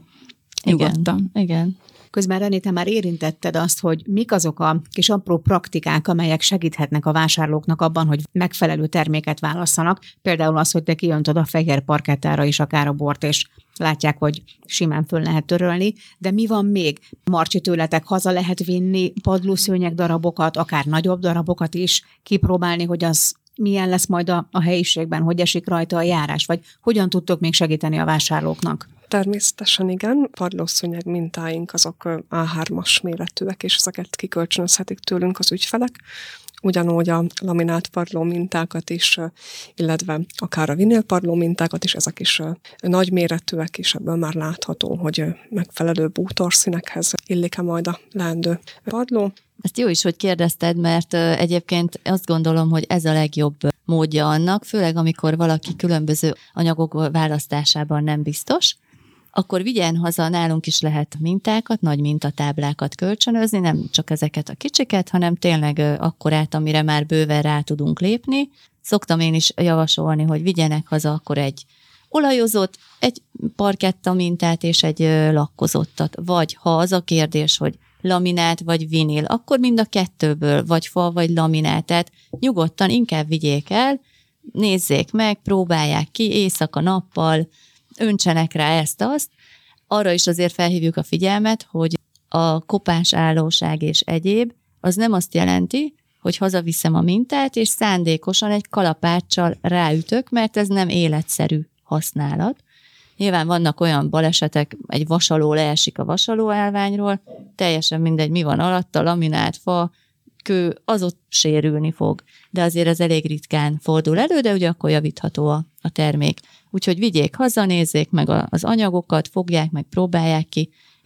Igen. Közben René, te már érintetted azt, hogy mik azok a kis apró praktikák, amelyek segíthetnek a vásárlóknak abban, hogy megfelelő terméket válasszanak. Például az, hogy te kijöntöd a fehér parkettára is akár a bort, és látják, hogy simán föl lehet törölni. De mi van még? Marcsi, tőletek haza lehet vinni padlószőnyeg darabokat, akár nagyobb darabokat is kipróbálni, hogy az milyen lesz majd a helyiségben, hogy esik rajta a járás, vagy hogyan tudtok még segíteni a vásárlóknak? Természetesen igen, padlószőnyeg mintáink azok A3-as méretűek, és ezeket kikölcsönözhetik tőlünk az ügyfelek. Ugyanúgy a laminált padló mintákat is, illetve akár a vinilpadló mintákat is, ezek is nagy méretűek, és ebből már látható, hogy megfelelő bútorszínekhez illik-e majd a leendő padló. Ezt jó is, hogy kérdezted, mert egyébként azt gondolom, hogy ez a legjobb módja annak, főleg amikor valaki különböző anyagok választásában nem biztos, akkor vigyen haza, nálunk is lehet mintákat, nagy mintatáblákat kölcsönözni, nem csak ezeket a kicsiket, hanem tényleg akkorát, amire már bőven rá tudunk lépni. Szoktam én is javasolni, hogy vigyenek haza akkor egy olajozott, egy parketta mintát és egy lakkozottat. Vagy ha az a kérdés, hogy laminát vagy vinil, akkor mind a kettőből, vagy fa, vagy laminát. Tehát nyugodtan inkább vigyék el, nézzék meg, próbálják ki éjszaka, nappal, öntsenek rá ezt-azt. Arra is azért felhívjuk a figyelmet, hogy a kopásállóság és egyéb, az nem azt jelenti, hogy hazaviszem a mintát, és szándékosan egy kalapáccsal ráütök, mert ez nem életszerű használat. Nyilván vannak olyan balesetek, egy vasaló leesik a vasalóállványról, teljesen mindegy, mi van alatta, laminát, fa, kő, az ott sérülni fog. De azért ez elég ritkán fordul elő, de ugye akkor javítható a termék. Úgyhogy vigyék haza, nézzék meg az anyagokat, fogják meg, próbálják ki,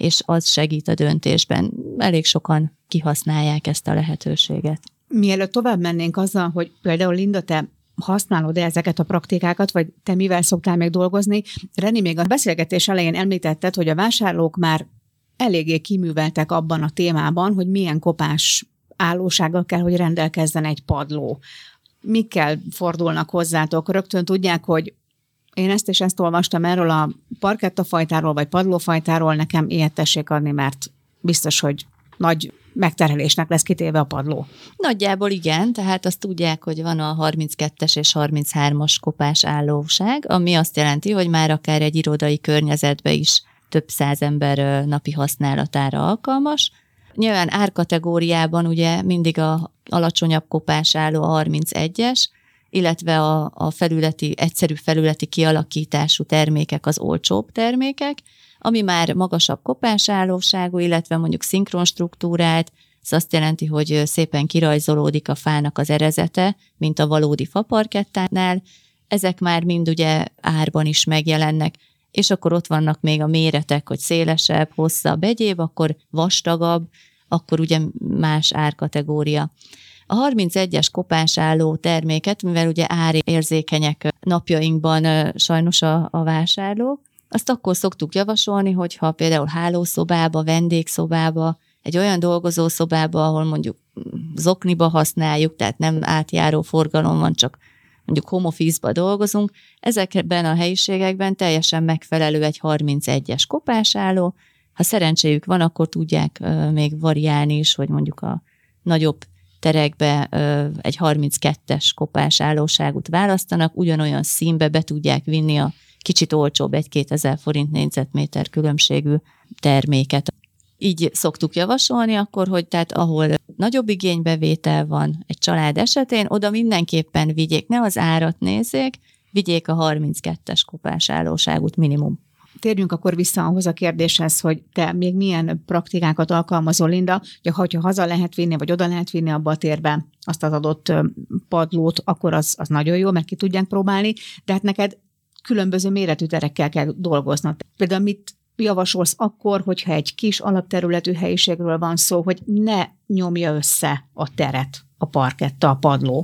és az segít a döntésben. Elég sokan kihasználják ezt a lehetőséget. Mielőtt tovább mennénk azzal, hogy például Linda, te használod-e ezeket a praktikákat, vagy te mivel szoktál még dolgozni? Reni, még a beszélgetés elején említetted, hogy a vásárlók már eléggé kiműveltek abban a témában, hogy milyen kopás állósággal kell, hogy rendelkezzen egy padló. Mikkel fordulnak hozzátok? Rögtön tudják, hogy én ezt és ezt olvastam erről a parkettafajtáról, vagy padlófajtáról, nekem ilyet tessék adni, mert biztos, hogy nagy megterhelésnek lesz kitéve a padló. Nagyjából igen, tehát azt tudják, hogy van a 32-es és 33-as kopás állóság, ami azt jelenti, hogy már akár egy irodai környezetbe is több száz ember napi használatára alkalmas. Nyilván árkategóriában ugye mindig a alacsonyabb kopás álló a 31-es, illetve a egyszerű felületi kialakítású termékek az olcsóbb termékek, ami már magasabb kopásállóságú, illetve mondjuk szinkron struktúrált, ez azt jelenti, hogy szépen kirajzolódik a fának az erezete, mint a valódi faparkettánál. Ezek már mind ugye árban is megjelennek, és akkor ott vannak még a méretek, hogy szélesebb, hosszabb, egyéb, akkor vastagabb, akkor ugye más árkategória. A 31-es kopásálló terméket, mivel ugye árérzékenyek napjainkban sajnos a vásárlók, azt akkor szoktuk javasolni, hogyha például hálószobába, vendégszobába, egy olyan dolgozószobába, ahol mondjuk zokniba használjuk, tehát nem átjáró forgalom van, csak mondjuk home office-ba dolgozunk, ezekben a helyiségekben teljesen megfelelő egy 31-es kopásálló. Ha szerencséjük van, akkor tudják még variálni is, hogy mondjuk a nagyobb terekbe egy 32-es kopásállóságot választanak, ugyanolyan színbe be tudják vinni a kicsit olcsóbb 1-2 ezer forint négyzetméter különbségű terméket. Így szoktuk javasolni akkor, hogy tehát ahol nagyobb igénybevétel van egy család esetén, oda mindenképpen vigyék, ne az árat nézzék, vigyék a 32-es kopásállóságot minimum. Térjünk akkor vissza ahhoz a kérdéshez, hogy te még milyen praktikákat alkalmazol, Linda, hogyha haza lehet vinni, vagy oda lehet vinni abba a térbe azt az adott padlót, akkor az nagyon jó, meg ki tudják próbálni, de hát neked különböző méretű terekkel kell dolgoznod. Például mit javasolsz akkor, hogyha egy kis alapterületű helyiségről van szó, hogy ne nyomja össze a teret, a parketta, a padló?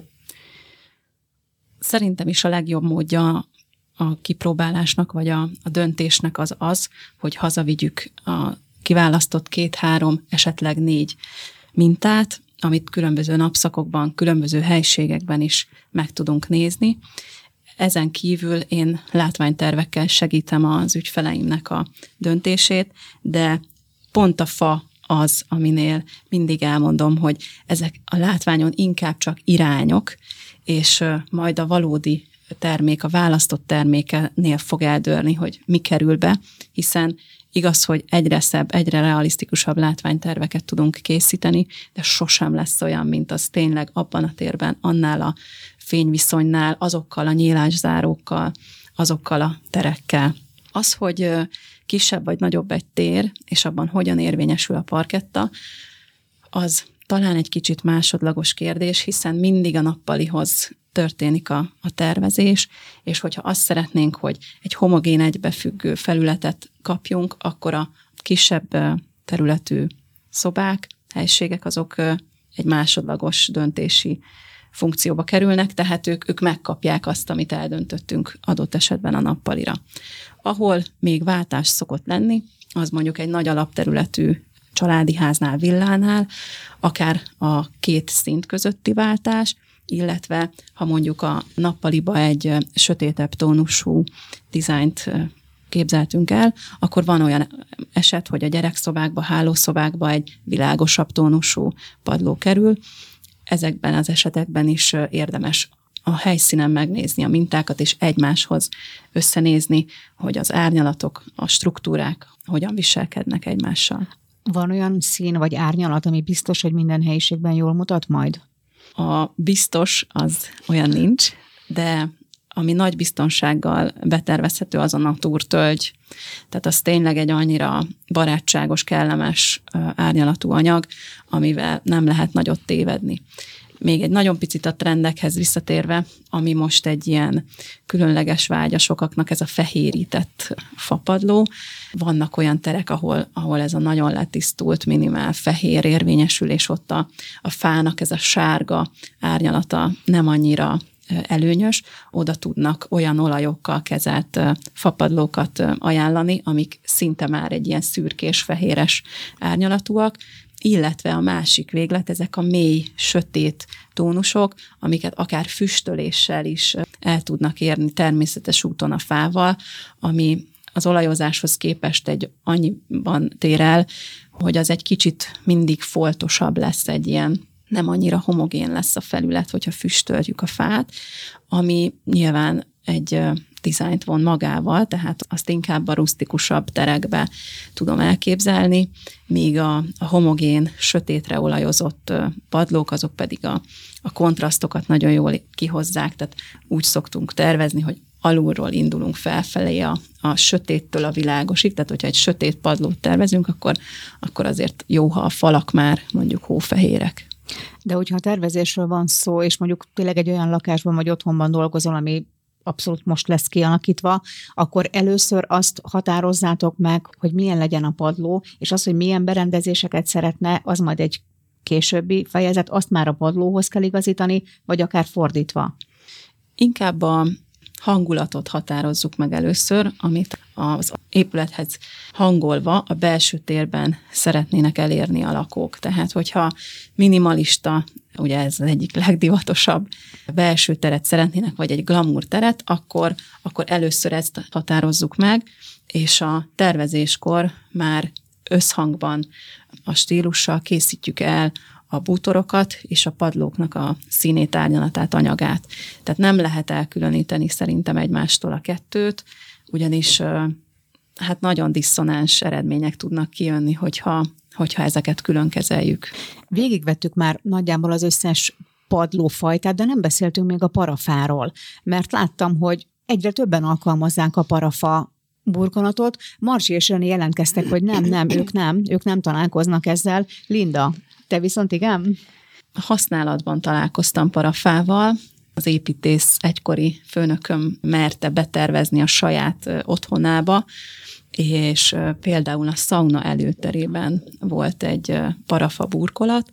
Szerintem is a legjobb módja a kipróbálásnak, vagy a döntésnek az, hogy hazavigyük a kiválasztott 2-3, esetleg 4 mintát, amit különböző napszakokban, különböző helységekben is meg tudunk nézni. Ezen kívül én látványtervekkel segítem az ügyfeleimnek a döntését, de pont a fa az, aminél mindig elmondom, hogy ezek a látványon inkább csak irányok, és majd a valódi termék, a választott termékenél fog eldőlni, hogy mi kerül be, hiszen igaz, hogy egyre szebb, egyre realisztikusabb látványterveket tudunk készíteni, de sosem lesz olyan, mint az tényleg abban a térben, annál a fényviszonynál, azokkal a nyílászárókkal, azokkal a terekkel. Az, hogy kisebb vagy nagyobb egy tér, és abban hogyan érvényesül a parketta, az talán egy kicsit másodlagos kérdés, hiszen mindig a nappalihoz történik a tervezés, és hogyha azt szeretnénk, hogy egy homogén egybefüggő felületet kapjunk, akkor a kisebb területű szobák, helységek, azok egy másodlagos döntési funkcióba kerülnek, tehát ők megkapják azt, amit eldöntöttünk adott esetben a nappalira. Ahol még váltás szokott lenni, az mondjuk egy nagy alapterületű családi háznál, villánál, akár a 2 szint közötti váltás, illetve ha mondjuk a nappaliba egy sötétebb tónusú dizájnt képzeltünk el, akkor van olyan eset, hogy a gyerekszobákba, hálószobákba egy világosabb tónusú padló kerül. Ezekben az esetekben is érdemes a helyszínen megnézni a mintákat, és egymáshoz összenézni, hogy az árnyalatok, a struktúrák hogyan viselkednek egymással. Van olyan szín vagy árnyalat, ami biztos, hogy minden helyiségben jól mutat majd? A biztos az olyan nincs, de ami nagy biztonsággal betervezhető, az a natúrtölgy. Tehát az tényleg egy annyira barátságos, kellemes árnyalatú anyag, amivel nem lehet nagyot tévedni. Még egy nagyon picit a trendekhez visszatérve, ami most egy ilyen különleges vágy a sokaknak, ez a fehérített fapadló. Vannak olyan terek, ahol ez a nagyon letisztult, minimál fehér érvényesül, és ott a fának ez a sárga árnyalata nem annyira előnyös, oda tudnak olyan olajokkal kezelt fapadlókat ajánlani, amik szinte már egy ilyen szürkés-fehéres árnyalatúak, illetve a másik véglet, ezek a mély, sötét tónusok, amiket akár füstöléssel is el tudnak érni természetes úton a fával, ami az olajozáshoz képest annyiban tér el, hogy az egy kicsit mindig foltosabb lesz, egy ilyen nem annyira homogén lesz a felület, hogyha füstöljük a fát, ami nyilván egy dizájnt von magával, tehát azt inkább a rusztikusabb terekbe tudom elképzelni, míg a homogén, sötétre olajozott padlók, azok pedig a kontrasztokat nagyon jól kihozzák, tehát úgy szoktunk tervezni, hogy alulról indulunk felfelé a sötéttől a világosig, tehát hogyha egy sötét padlót tervezünk, akkor azért jó, ha a falak már mondjuk hófehérek. De hogyha a tervezésről van szó, és mondjuk tényleg egy olyan lakásban vagy otthonban dolgozol, ami abszolút most lesz kialakítva, akkor először azt határozzátok meg, hogy milyen legyen a padló, és az, hogy milyen berendezéseket szeretne, az majd egy későbbi fejezet, azt már a padlóhoz kell igazítani, vagy akár fordítva. Inkább a hangulatot határozzuk meg először, amit az épülethez hangolva a belső térben szeretnének elérni a lakók. Tehát, hogyha minimalista, ugye ez az egyik legdivatosabb belső teret szeretnének, vagy egy glamour teret, akkor először ezt határozzuk meg, és a tervezéskor már összhangban a stílussal készítjük el a bútorokat és a padlóknak a színét, árnyalatát, anyagát. Tehát nem lehet elkülöníteni szerintem egymástól a kettőt, ugyanis hát nagyon diszonáns eredmények tudnak kijönni, hogyha ezeket külön kezeljük. Végigvettük már nagyjából az összes padlófajtát, de nem beszéltünk még a parafáról, mert láttam, hogy egyre többen alkalmazzák a parafa burkolatot. Marcsi és René jelentkeztek, hogy ők nem találkoznak ezzel. Linda, te viszont igen? Használatban találkoztam parafával. Az építész egykori főnököm merte betervezni a saját otthonába, és például a szauna előterében volt egy parafa burkolat.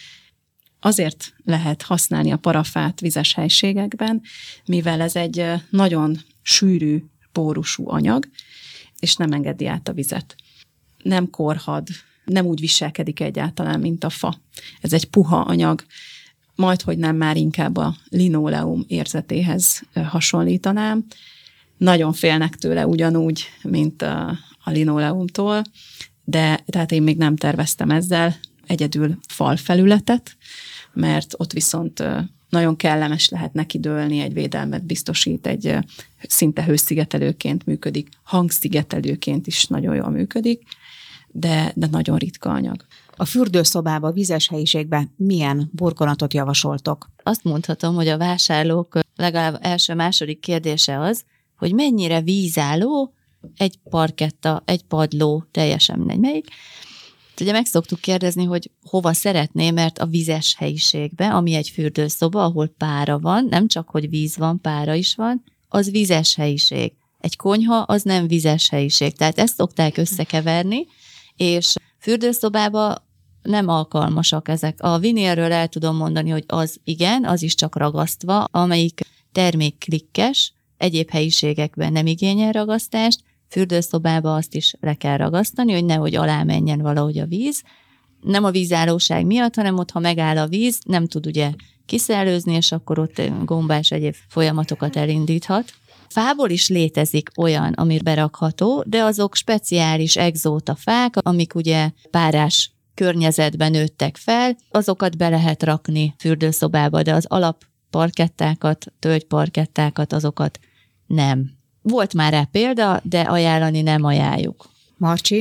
Azért lehet használni a parafát vizes helységekben, mivel ez egy nagyon sűrű, pórusú anyag, és nem engedi át a vizet. Nem korhad, nem úgy viselkedik egyáltalán, mint a fa. Ez egy puha anyag, majdhogy nem már inkább a linoleum érzetéhez hasonlítanám. Nagyon félnek tőle ugyanúgy, mint a linoleumtól, de tehát én még nem terveztem ezzel egyedül falfelületet, mert ott viszont nagyon kellemes lehet neki dőlni, egy védelmet biztosít, egy szinte hőszigetelőként működik, hangszigetelőként is nagyon jól működik, de nagyon ritka anyag. A fürdőszobába, vizes helyiségben milyen burkolatot javasoltok? Azt mondhatom, hogy a vásárlók legalább első-második kérdése az, hogy mennyire vízálló egy parketta, egy padló, teljesen mindegy melyik. Ugye meg szoktuk kérdezni, hogy hova szeretné, mert a vizes helyiségben, ami egy fürdőszoba, ahol pára van, nem csak, hogy víz van, pára is van, az vizes helyiség. Egy konyha az nem vizes helyiség. Tehát ezt szokták összekeverni, és fürdőszobába nem alkalmasak ezek. A vinilről el tudom mondani, hogy az igen, az is csak ragasztva, amelyik termék klikkes, egyéb helyiségekben nem igényel ragasztást, fürdőszobába azt is le kell ragasztani, hogy nehogy alá menjen valahogy a víz. Nem a vízállóság miatt, hanem ott, ha megáll a víz, nem tud ugye kiszellőzni, és akkor ott gombás egyéb folyamatokat elindíthat. Fából is létezik olyan, ami berakható, de azok speciális egzóta fák, amik ugye párás környezetben nőttek fel, azokat be lehet rakni fürdőszobába, de az alapparkettákat, tölgyparkettákat, azokat nem. Volt már rá példa, de ajánlani nem ajánljuk. Marcsi?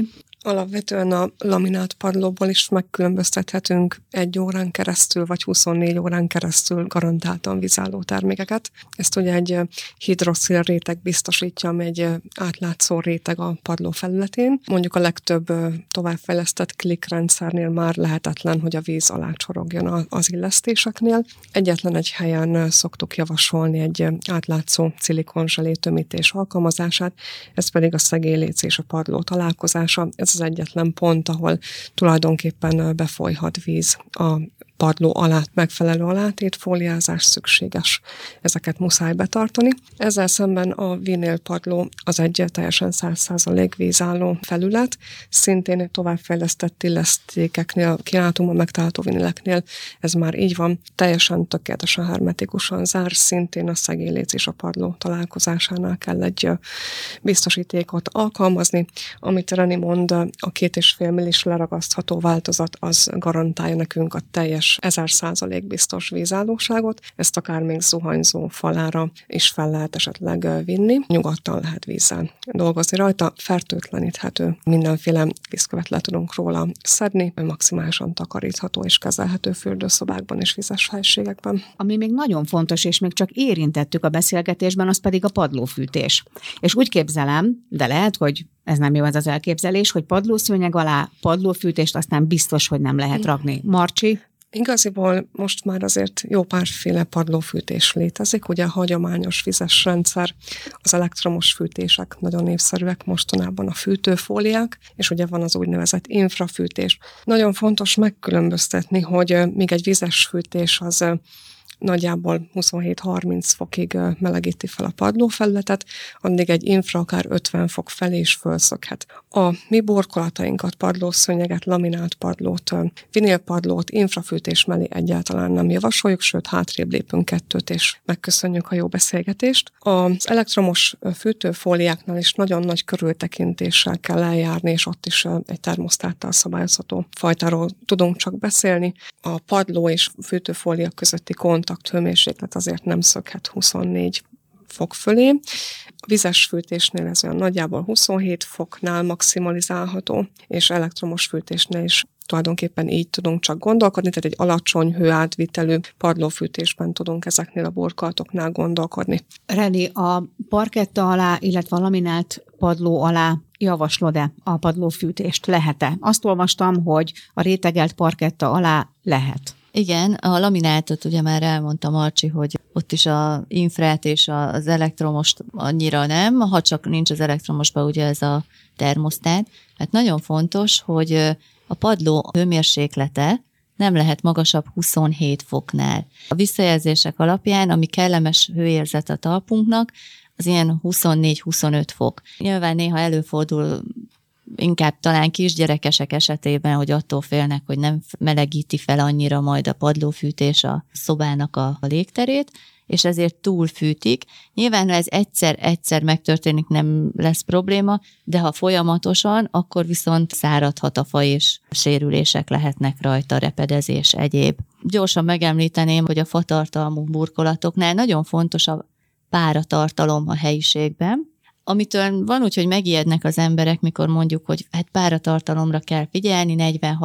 Alapvetően a laminált padlóból is megkülönböztethetünk 1 órán keresztül, vagy 24 órán keresztül garantáltan vízálló termékeket. Ezt ugye egy hidroszil réteg biztosítja, ami egy átlátszó réteg a padló felületén. Mondjuk a legtöbb továbbfejlesztett klikkrendszernél már lehetetlen, hogy a víz alá csorogjon az illesztéseknél. Egyetlen egy helyen szoktuk javasolni egy átlátszó szilikonzselé tömítés alkalmazását, ez pedig a szegélyléc és a padló találkozása. Ez az egyetlen pont, ahol tulajdonképpen befolyhat víz a padló alá, megfelelő alátétfóliázás szükséges. Ezeket muszáj betartani. Ezzel szemben a vinilpadló az egy teljesen 100% vízálló felület. Szintén továbbfejlesztett illesztékeknél, kínálatunkban megtalálható vinileknél ez már így van. Teljesen tökéletesen hermetikusan zár, szintén a szegélyléc és a padló találkozásánál kell egy biztosítékot alkalmazni. Amit Reni mond, a 2,5 millis leragasztható változat az garantálja nekünk a teljes 1000% biztos vízállóságot, ezt akár még zuhanyzó falára is fel lehet esetleg vinni. Nyugodtan lehet vízzel dolgozni rajta, fertőtleníthető, mindenféle vízkövet le tudunk róla szedni, maximálisan takarítható és kezelhető fürdőszobákban és vizes helységekben. Ami még nagyon fontos, és még csak érintettük a beszélgetésben, az pedig a padlófűtés. És úgy képzelem, de lehet, hogy ez nem jó ez az elképzelés, hogy padlószőnyeg alá padlófűtést aztán biztos, hogy nem lehet rakni. Marcsi? Igaziból most már azért jó párféle padlófűtés létezik, ugye a hagyományos vizes rendszer, az elektromos fűtések nagyon népszerűek mostanában, a fűtőfóliák, és ugye van az úgynevezett infrafűtés. Nagyon fontos megkülönböztetni, hogy míg egy vizes fűtés az nagyjából 27-30 fokig melegíti fel a padlófelületet, addig egy infra akár 50 fok felé is fölszökhet. A mi burkolatainkat, padlószőnyeget, laminált padlót, vinilpadlót infrafűtés mellé egyáltalán nem javasoljuk, sőt hátrébb lépünk 2 és megköszönjük a jó beszélgetést. Az elektromos fűtőfóliáknál is nagyon nagy körültekintéssel kell eljárni, és ott is egy termosztáttal szabályozható fajtáról tudunk csak beszélni. A padló és fűtőfólia közötti kontakthőmérséklet azért nem szökhet 24 fok fölé. A vizes fűtésnél ez olyan nagyjából 27 foknál maximalizálható, és elektromos fűtésnél is tulajdonképpen így tudunk csak gondolkodni, tehát egy alacsony hőátvitelű padlófűtésben tudunk ezeknél a burkolatoknál gondolkodni. Reni, a parketta alá, illetve a laminált padló alá javaslod-e a padlófűtést? Lehet-e? Azt olvastam, hogy a rétegelt parketta alá lehet. Igen, a lamináltot ugye már elmondta Marcsi, hogy ott is a infrát és az elektromost annyira nem, ha csak nincs az elektromosban ugye ez a termosztát. Hát nagyon fontos, hogy a padló hőmérséklete nem lehet magasabb 27 foknál. A visszajelzések alapján, ami kellemes hőérzet a talpunknak, az ilyen 24-25 fok. Nyilván néha előfordul, inkább talán kisgyerekesek esetében, hogy attól félnek, hogy nem melegíti fel annyira majd a padlófűtés a szobának a légterét, és ezért túlfűtik. Nyilván, ha ez egyszer megtörténik, nem lesz probléma, de ha folyamatosan, akkor viszont száradhat a fa, és sérülések lehetnek rajta, repedezés, egyéb. Gyorsan megemlíteném, hogy a fatartalmú burkolatoknál nagyon fontos a páratartalom a helyiségben, amitől van úgy, hogy megijednek az emberek, mikor mondjuk, hogy hát páratartalomra kell figyelni,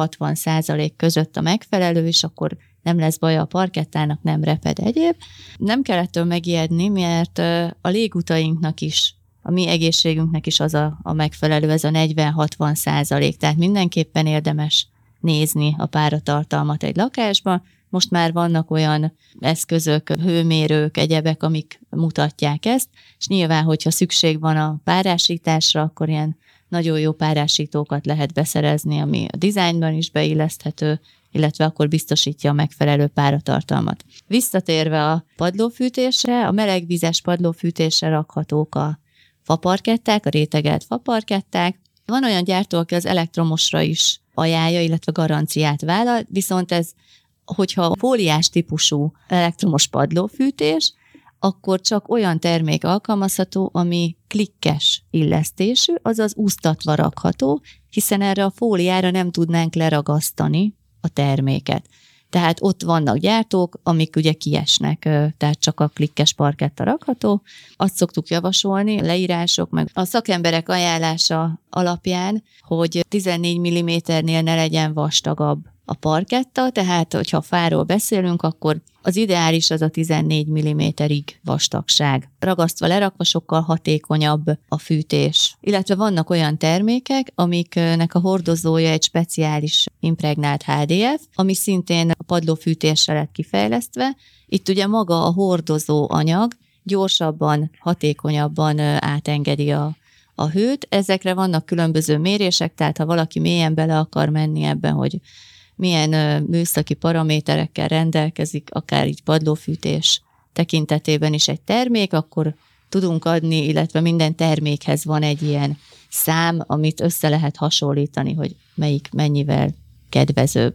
40-60% között a megfelelő, és akkor nem lesz baja a parkettának, nem reped egyéb. Nem kell ettől megijedni, mert a légutainknak is, a mi egészségünknek is az a megfelelő, ez a 40-60%. Tehát mindenképpen érdemes nézni a páratartalmat egy lakásban. Most már vannak olyan eszközök, hőmérők, egyebek, amik mutatják ezt, és nyilván, hogyha szükség van a párásításra, akkor ilyen nagyon jó párásítókat lehet beszerezni, ami a dizájnban is beilleszthető, illetve akkor biztosítja a megfelelő páratartalmat. Visszatérve a padlófűtésre, a melegvizes padlófűtésre rakhatók a faparketták, a rétegelt faparketták. Van olyan gyártó, aki az elektromosra is ajánlja, illetve garanciát vállal, viszont ez, hogyha fóliás típusú elektromos padlófűtés, akkor csak olyan termék alkalmazható, ami klikkes illesztésű, azaz úsztatva rakható, hiszen erre a fóliára nem tudnánk leragasztani a terméket. Tehát ott vannak gyártók, amik ugye kiesnek, tehát csak a klikkes parketta rakható. Azt szoktuk javasolni, leírások, meg a szakemberek ajánlása alapján, hogy 14 mm-nél ne legyen vastagabb a parketta, tehát hogyha fáról beszélünk, akkor az ideális az a 14 mm-ig vastagság. Ragasztva, lerakva sokkal hatékonyabb a fűtés. Illetve vannak olyan termékek, amiknek a hordozója egy speciális impregnált HDF, ami szintén a padlófűtésre lett kifejlesztve. Itt ugye maga a hordozó anyag gyorsabban, hatékonyabban átengedi a hőt. Ezekre vannak különböző mérések, tehát ha valaki mélyen bele akar menni ebben, hogy milyen műszaki paraméterekkel rendelkezik, akár így padlófűtés tekintetében is egy termék, akkor tudunk adni, illetve minden termékhez van egy ilyen szám, amit össze lehet hasonlítani, hogy melyik mennyivel kedvezőbb.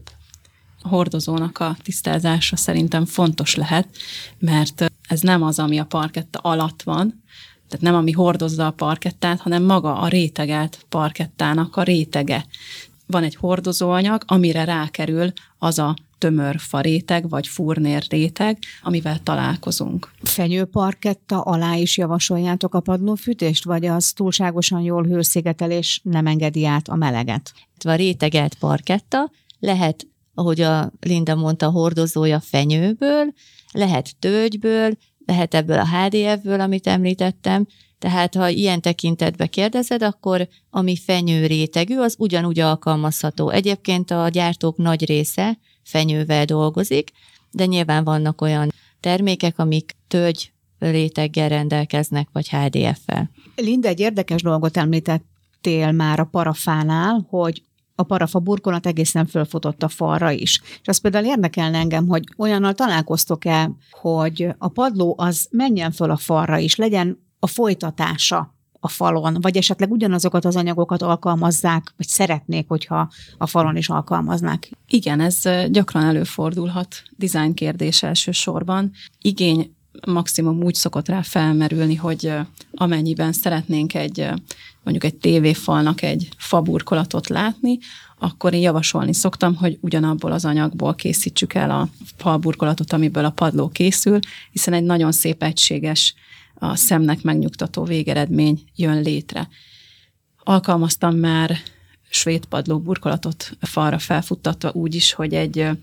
A hordozónak a tisztázása szerintem fontos lehet, mert ez nem az, ami a parketta alatt van, tehát nem ami hordozza a parkettát, hanem maga a rétegelt parkettának a rétege. Van egy hordozóanyag, amire rákerül az a tömör faréteg, vagy furnér réteg, amivel találkozunk. Fenyőparketta alá is javasoljátok a padlófűtést, vagy az túlságosan jól hőszigetelés nem engedi át a meleget? A rétegelt parketta lehet, ahogy a Linda mondta, a hordozója fenyőből, lehet tölgyből, lehet ebből a HDF-ből, amit említettem. Tehát, ha ilyen tekintetbe kérdezed, akkor ami fenyő rétegű, az ugyanúgy alkalmazható. Egyébként a gyártók nagy része fenyővel dolgozik, de nyilván vannak olyan termékek, amik tölgy réteggel rendelkeznek, vagy HDF-fel. Linda, egy érdekes dolgot említettél már a parafánál, hogy a parafa burkolat egészen fölfutott a falra is. És az például érdekelne engem, hogy olyannal találkoztok-e, hogy a padló az menjen föl a falra is, legyen a folytatása a falon, vagy esetleg ugyanazokat az anyagokat alkalmazzák, vagy szeretnék, hogyha a falon is alkalmaznák. Igen, ez gyakran előfordulhat, design kérdés elsősorban. Igény maximum úgy szokott rá felmerülni, hogy amennyiben szeretnénk mondjuk egy tévéfalnak egy faburkolatot látni, akkor én javasolni szoktam, hogy ugyanabból az anyagból készítsük el a falburkolatot, amiből a padló készül, hiszen egy nagyon szép egységes, a szemnek megnyugtató végeredmény jön létre. Alkalmaztam már svéd padló burkolatot falra felfuttatva úgy is, hogy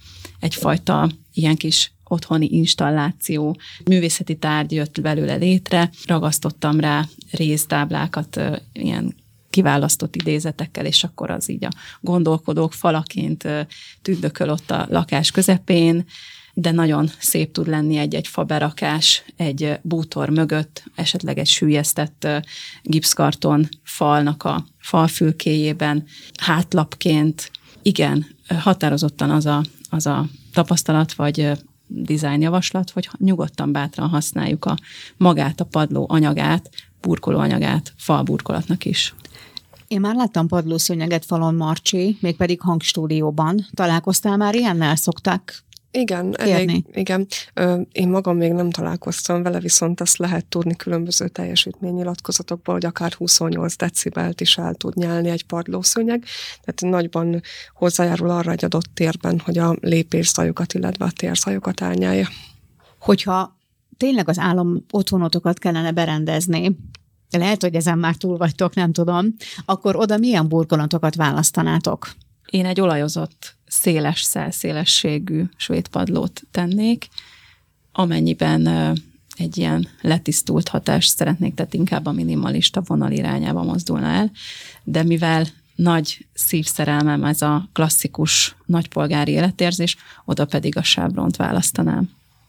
egyfajta ilyen kis otthoni installáció, művészeti tárgy jött belőle létre, ragasztottam rá réztáblákat ilyen kiválasztott idézetekkel, és akkor az így a gondolkodók falaként tündököl ott a lakás közepén, de nagyon szép tud lenni egy faberakás, egy bútor mögött, esetleg egy süllyesztett gipszkarton falnak a falfülkéjében, hátlapként. Igen, határozottan az a tapasztalat, vagy dizájnjavaslat, hogy nyugodtan, bátran használjuk magát a padló anyagát, burkoló anyagát falburkolatnak is. Én már láttam padlószőnyeget falon, Marcsi, mégpedig hangstúdióban. Találkoztál már ilyennel? Szokták Igen, igen. Én magam még nem találkoztam vele, viszont azt lehet tudni különböző teljesítménynyilatkozatokból, hogy akár 28 decibelt is el tud nyelni egy padlószőnyeg, tehát nagyban hozzájárul arra egy adott térben, hogy a lépészajokat, illetve a térzajokat elnyelje. Hogyha tényleg az álom otthonotokat kellene berendezni, lehet, hogy ezen már túl vagytok, nem tudom, akkor oda milyen burkolatokat választanátok? Én egy olajozott, széles szelszélességű svéd padlót tennék, amennyiben egy ilyen letisztult hatást szeretnék, tehát inkább a minimalista vonal irányába mozdulna el, de mivel nagy szívszerelmem ez a klasszikus nagypolgári életérzés, oda pedig a sábront választanám.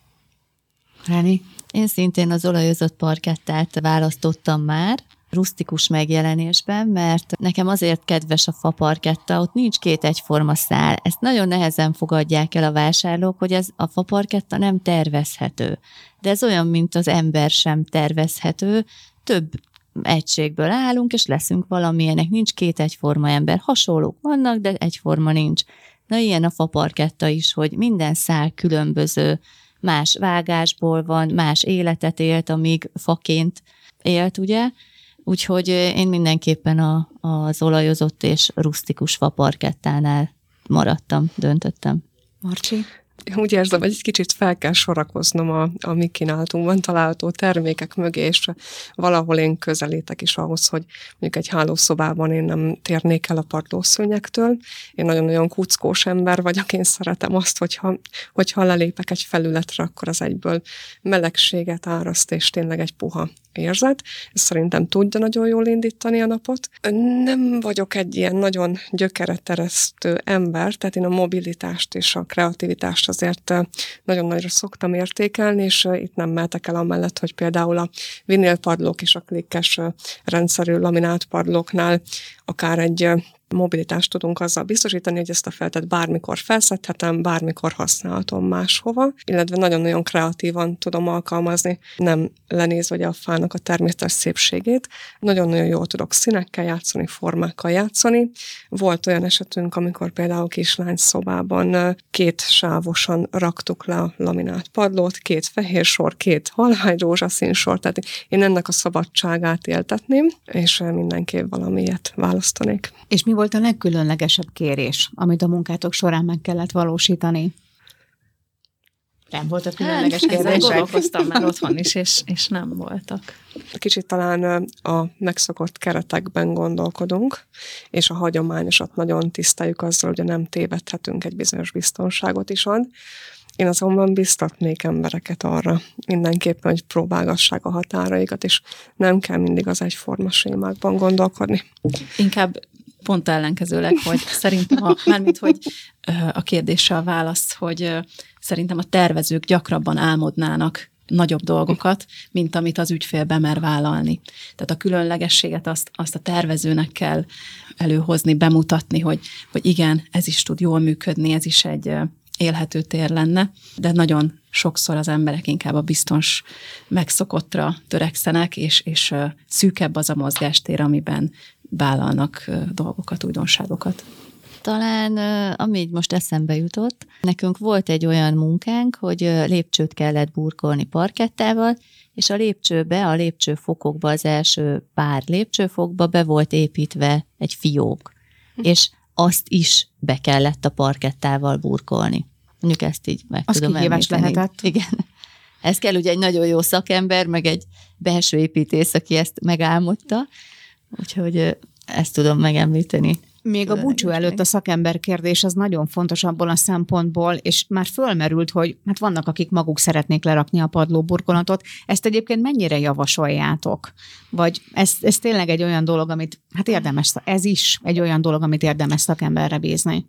Ráni? Én szintén az olajozott parkettát választottam már, rusztikus megjelenésben, mert nekem azért kedves a faparketta, ott nincs két egyforma szál. Ezt nagyon nehezen fogadják el a vásárlók, hogy ez a faparketta nem tervezhető. De ez olyan, mint az ember sem tervezhető, több egységből állunk, és leszünk valamilyenek. Nincs két egyforma ember. Hasonlók vannak, de egyforma nincs. Na ilyen a faparketta is, hogy minden szál különböző, más vágásból van, más életet élt, amíg faként élt, ugye? Úgyhogy én mindenképpen az olajozott és rusztikus faparkettánál maradtam, döntöttem. Marcsi? Úgy érzem, hogy egy kicsit fel kell sorakoznom a mi kínálatunkban található termékek mögé, és valahol én közelítek is ahhoz, hogy mondjuk egy hálószobában én nem térnék el a padlószőnyektől. Én nagyon-nagyon kuckós ember vagyok, én szeretem azt, hogyha lelépek egy felületre, akkor az egyből melegséget áraszt, és tényleg egy puha érzet. Ez szerintem tudja nagyon jól indítani a napot. Nem vagyok egy ilyen nagyon gyökereteresztő ember, tehát én a mobilitást és a kreativitást azért nagyon nagyra szoktam értékelni, és itt nem mehetek el amellett, hogy például a vinilpadlók és a klikkes rendszerű laminált padlóknál akár egy mobilitást tudunk azzal biztosítani, hogy ezt a felületet bármikor felszedhetem, bármikor használhatom máshova, illetve nagyon-nagyon kreatívan tudom alkalmazni, nem lenézve ugye a fának a természetes szépségét. Nagyon-nagyon jól tudok színekkel játszani, formákkal játszani. Volt olyan esetünk, amikor például kislány szobában 2 sávosan raktuk le a laminált padlót, 2 fehér sor, 2 halvány rózsaszín sor, tehát én ennek a szabadságát éltetném, és mindenképp valamilyet választanék. És mi volt a legkülönlegesebb kérés, amit a munkátok során meg kellett valósítani? Nem voltak különleges kérdések? Gondolkoztam már otthon is, és nem voltak. Kicsit talán a megszokott keretekben gondolkodunk, és a hagyományosat nagyon tiszteljük azzal, hogy nem tévedhetünk, egy bizonyos biztonságot is ad. Én azonban biztatnék embereket arra mindenképpen, hogy próbálgassák a határaikat, és nem kell mindig az egyforma sémákban gondolkodni. Inkább pont ellenkezőleg, hogy szerintem, mármint, hogy a kérdésre a válasz, hogy szerintem a tervezők gyakrabban álmodnának nagyobb dolgokat, mint amit az ügyfél bemer vállalni. Tehát a különlegességet azt a tervezőnek kell előhozni, bemutatni, hogy igen, ez is tud jól működni, ez is egy élhető tér lenne, de nagyon sokszor az emberek inkább a biztons megszokottra törekszenek, és szűkebb az a mozgástér, amiben vállalnak dolgokat, újdonságokat. Talán, ami így most eszembe jutott, nekünk volt egy olyan munkánk, hogy lépcsőt kellett burkolni parkettával, és a lépcsőbe, a lépcsőfokokba, az első pár lépcsőfokba be volt építve egy fiók, és azt is be kellett a parkettával burkolni. Mondjuk ezt így meg az tudom kihívás említeni. lehetett. Igen. Ez kell ugye egy nagyon jó szakember, meg egy belső építész, aki ezt megálmodta, úgyhogy ezt tudom megemlíteni. Még a búcsú előtt a szakember kérdés az nagyon fontos abból a szempontból, és már fölmerült, hogy hát vannak, akik maguk szeretnék lerakni a padlóburkolatot. Ezt egyébként mennyire javasoljátok? Vagy ez tényleg egy olyan dolog, amit hát érdemes, ez is egy olyan dolog, amit érdemes szakemberre bízni?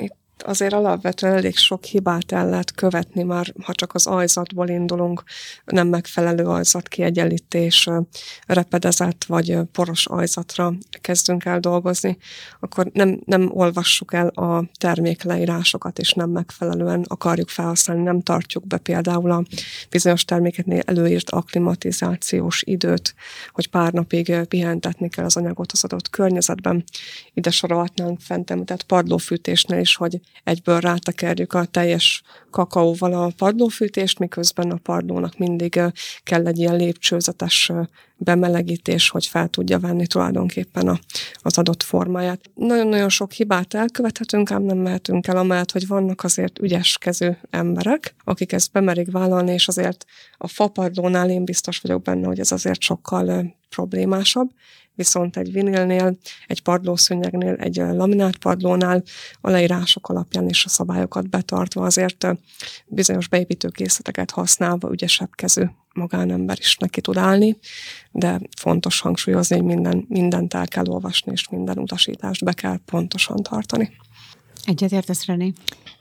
Azért alapvetően elég sok hibát el lehet követni már, ha csak az ajzatból indulunk, nem megfelelő ajzatkiegyenlítés, repedezett vagy poros ajzatra kezdünk el dolgozni, akkor nem olvassuk el a termékleírásokat, és nem megfelelően akarjuk felhasználni, nem tartjuk be például a bizonyos termékeknél előírt akklimatizációs időt, hogy pár napig pihentetni kell az anyagot az adott környezetben. Ide sorolhatnánk fent említett padlófűtésnél is, hogy egyből rátekerjük a teljes kakaóval a padlófűtést, miközben a padlónak mindig kell egy ilyen lépcsőzetes bemelegítés, hogy fel tudja venni tulajdonképpen az adott formáját. Nagyon-nagyon sok hibát elkövethetünk, ám nem mehetünk el amellett, hogy vannak azért ügyeskező emberek, akik ezt bemerik vállalni, és azért a fapadlónál én biztos vagyok benne, hogy ez azért sokkal problémásabb. Viszont egy vinilnél, egy padlószőnyegnél, egy laminált padlónál a leírások alapján és a szabályokat betartva azért bizonyos beépítőkészleteket használva ügyesebb kezű magánember is neki tud állni, de fontos hangsúlyozni, hogy mindent el kell olvasni, és minden utasítást be kell pontosan tartani. Egyetértesz, René?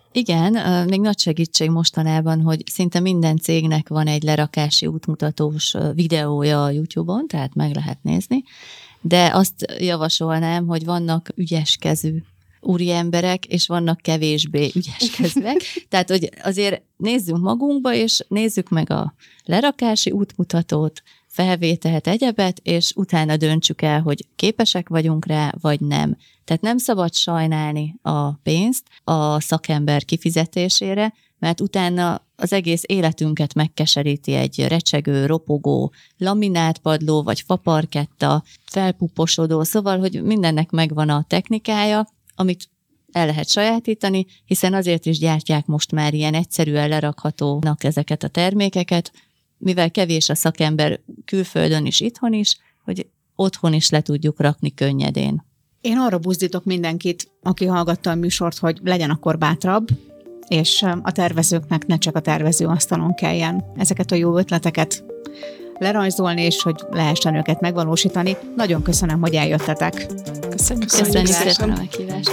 Igen, még nagy segítség mostanában, hogy szinte minden cégnek van egy lerakási útmutatós videója a YouTube-on, tehát meg lehet nézni, de azt javasolnám, hogy vannak ügyeskezű úriemberek, és vannak kevésbé ügyeskezőek. Tehát, hogy azért nézzünk magunkba, és nézzük meg a lerakási útmutatót, felvételt, egyebet, és utána döntsük el, hogy képesek vagyunk rá, vagy nem. Tehát nem szabad sajnálni a pénzt a szakember kifizetésére, mert utána az egész életünket megkeseríti egy recsegő, ropogó, laminált padló, vagy faparketta, felpuposodó, szóval, hogy mindennek megvan a technikája, amit el lehet sajátítani, hiszen azért is gyártják most már ilyen egyszerűen lerakhatónak ezeket a termékeket, mivel kevés a szakember külföldön is, itthon is, hogy otthon is le tudjuk rakni könnyedén. Én arra buzdítok mindenkit, aki hallgatta a műsort, hogy legyen akkor bátrabb, és a tervezőknek ne csak a tervezőasztalon kelljen ezeket a jó ötleteket lerajzolni, és hogy lehessen őket megvalósítani. Nagyon köszönöm, hogy eljöttetek. Köszönjük szépen a meghívást.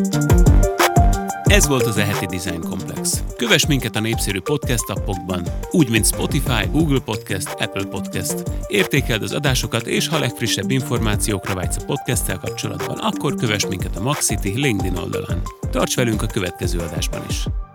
Ez volt az e-heti Design Komplex. Kövess minket a népszerű podcast appokban, úgy, mint Spotify, Google Podcast, Apple Podcast. Értékeld az adásokat, és ha legfrissebb információkra vágysz a podcasttel kapcsolatban, akkor kövess minket a Maxity LinkedIn oldalán. Tarts velünk a következő adásban is!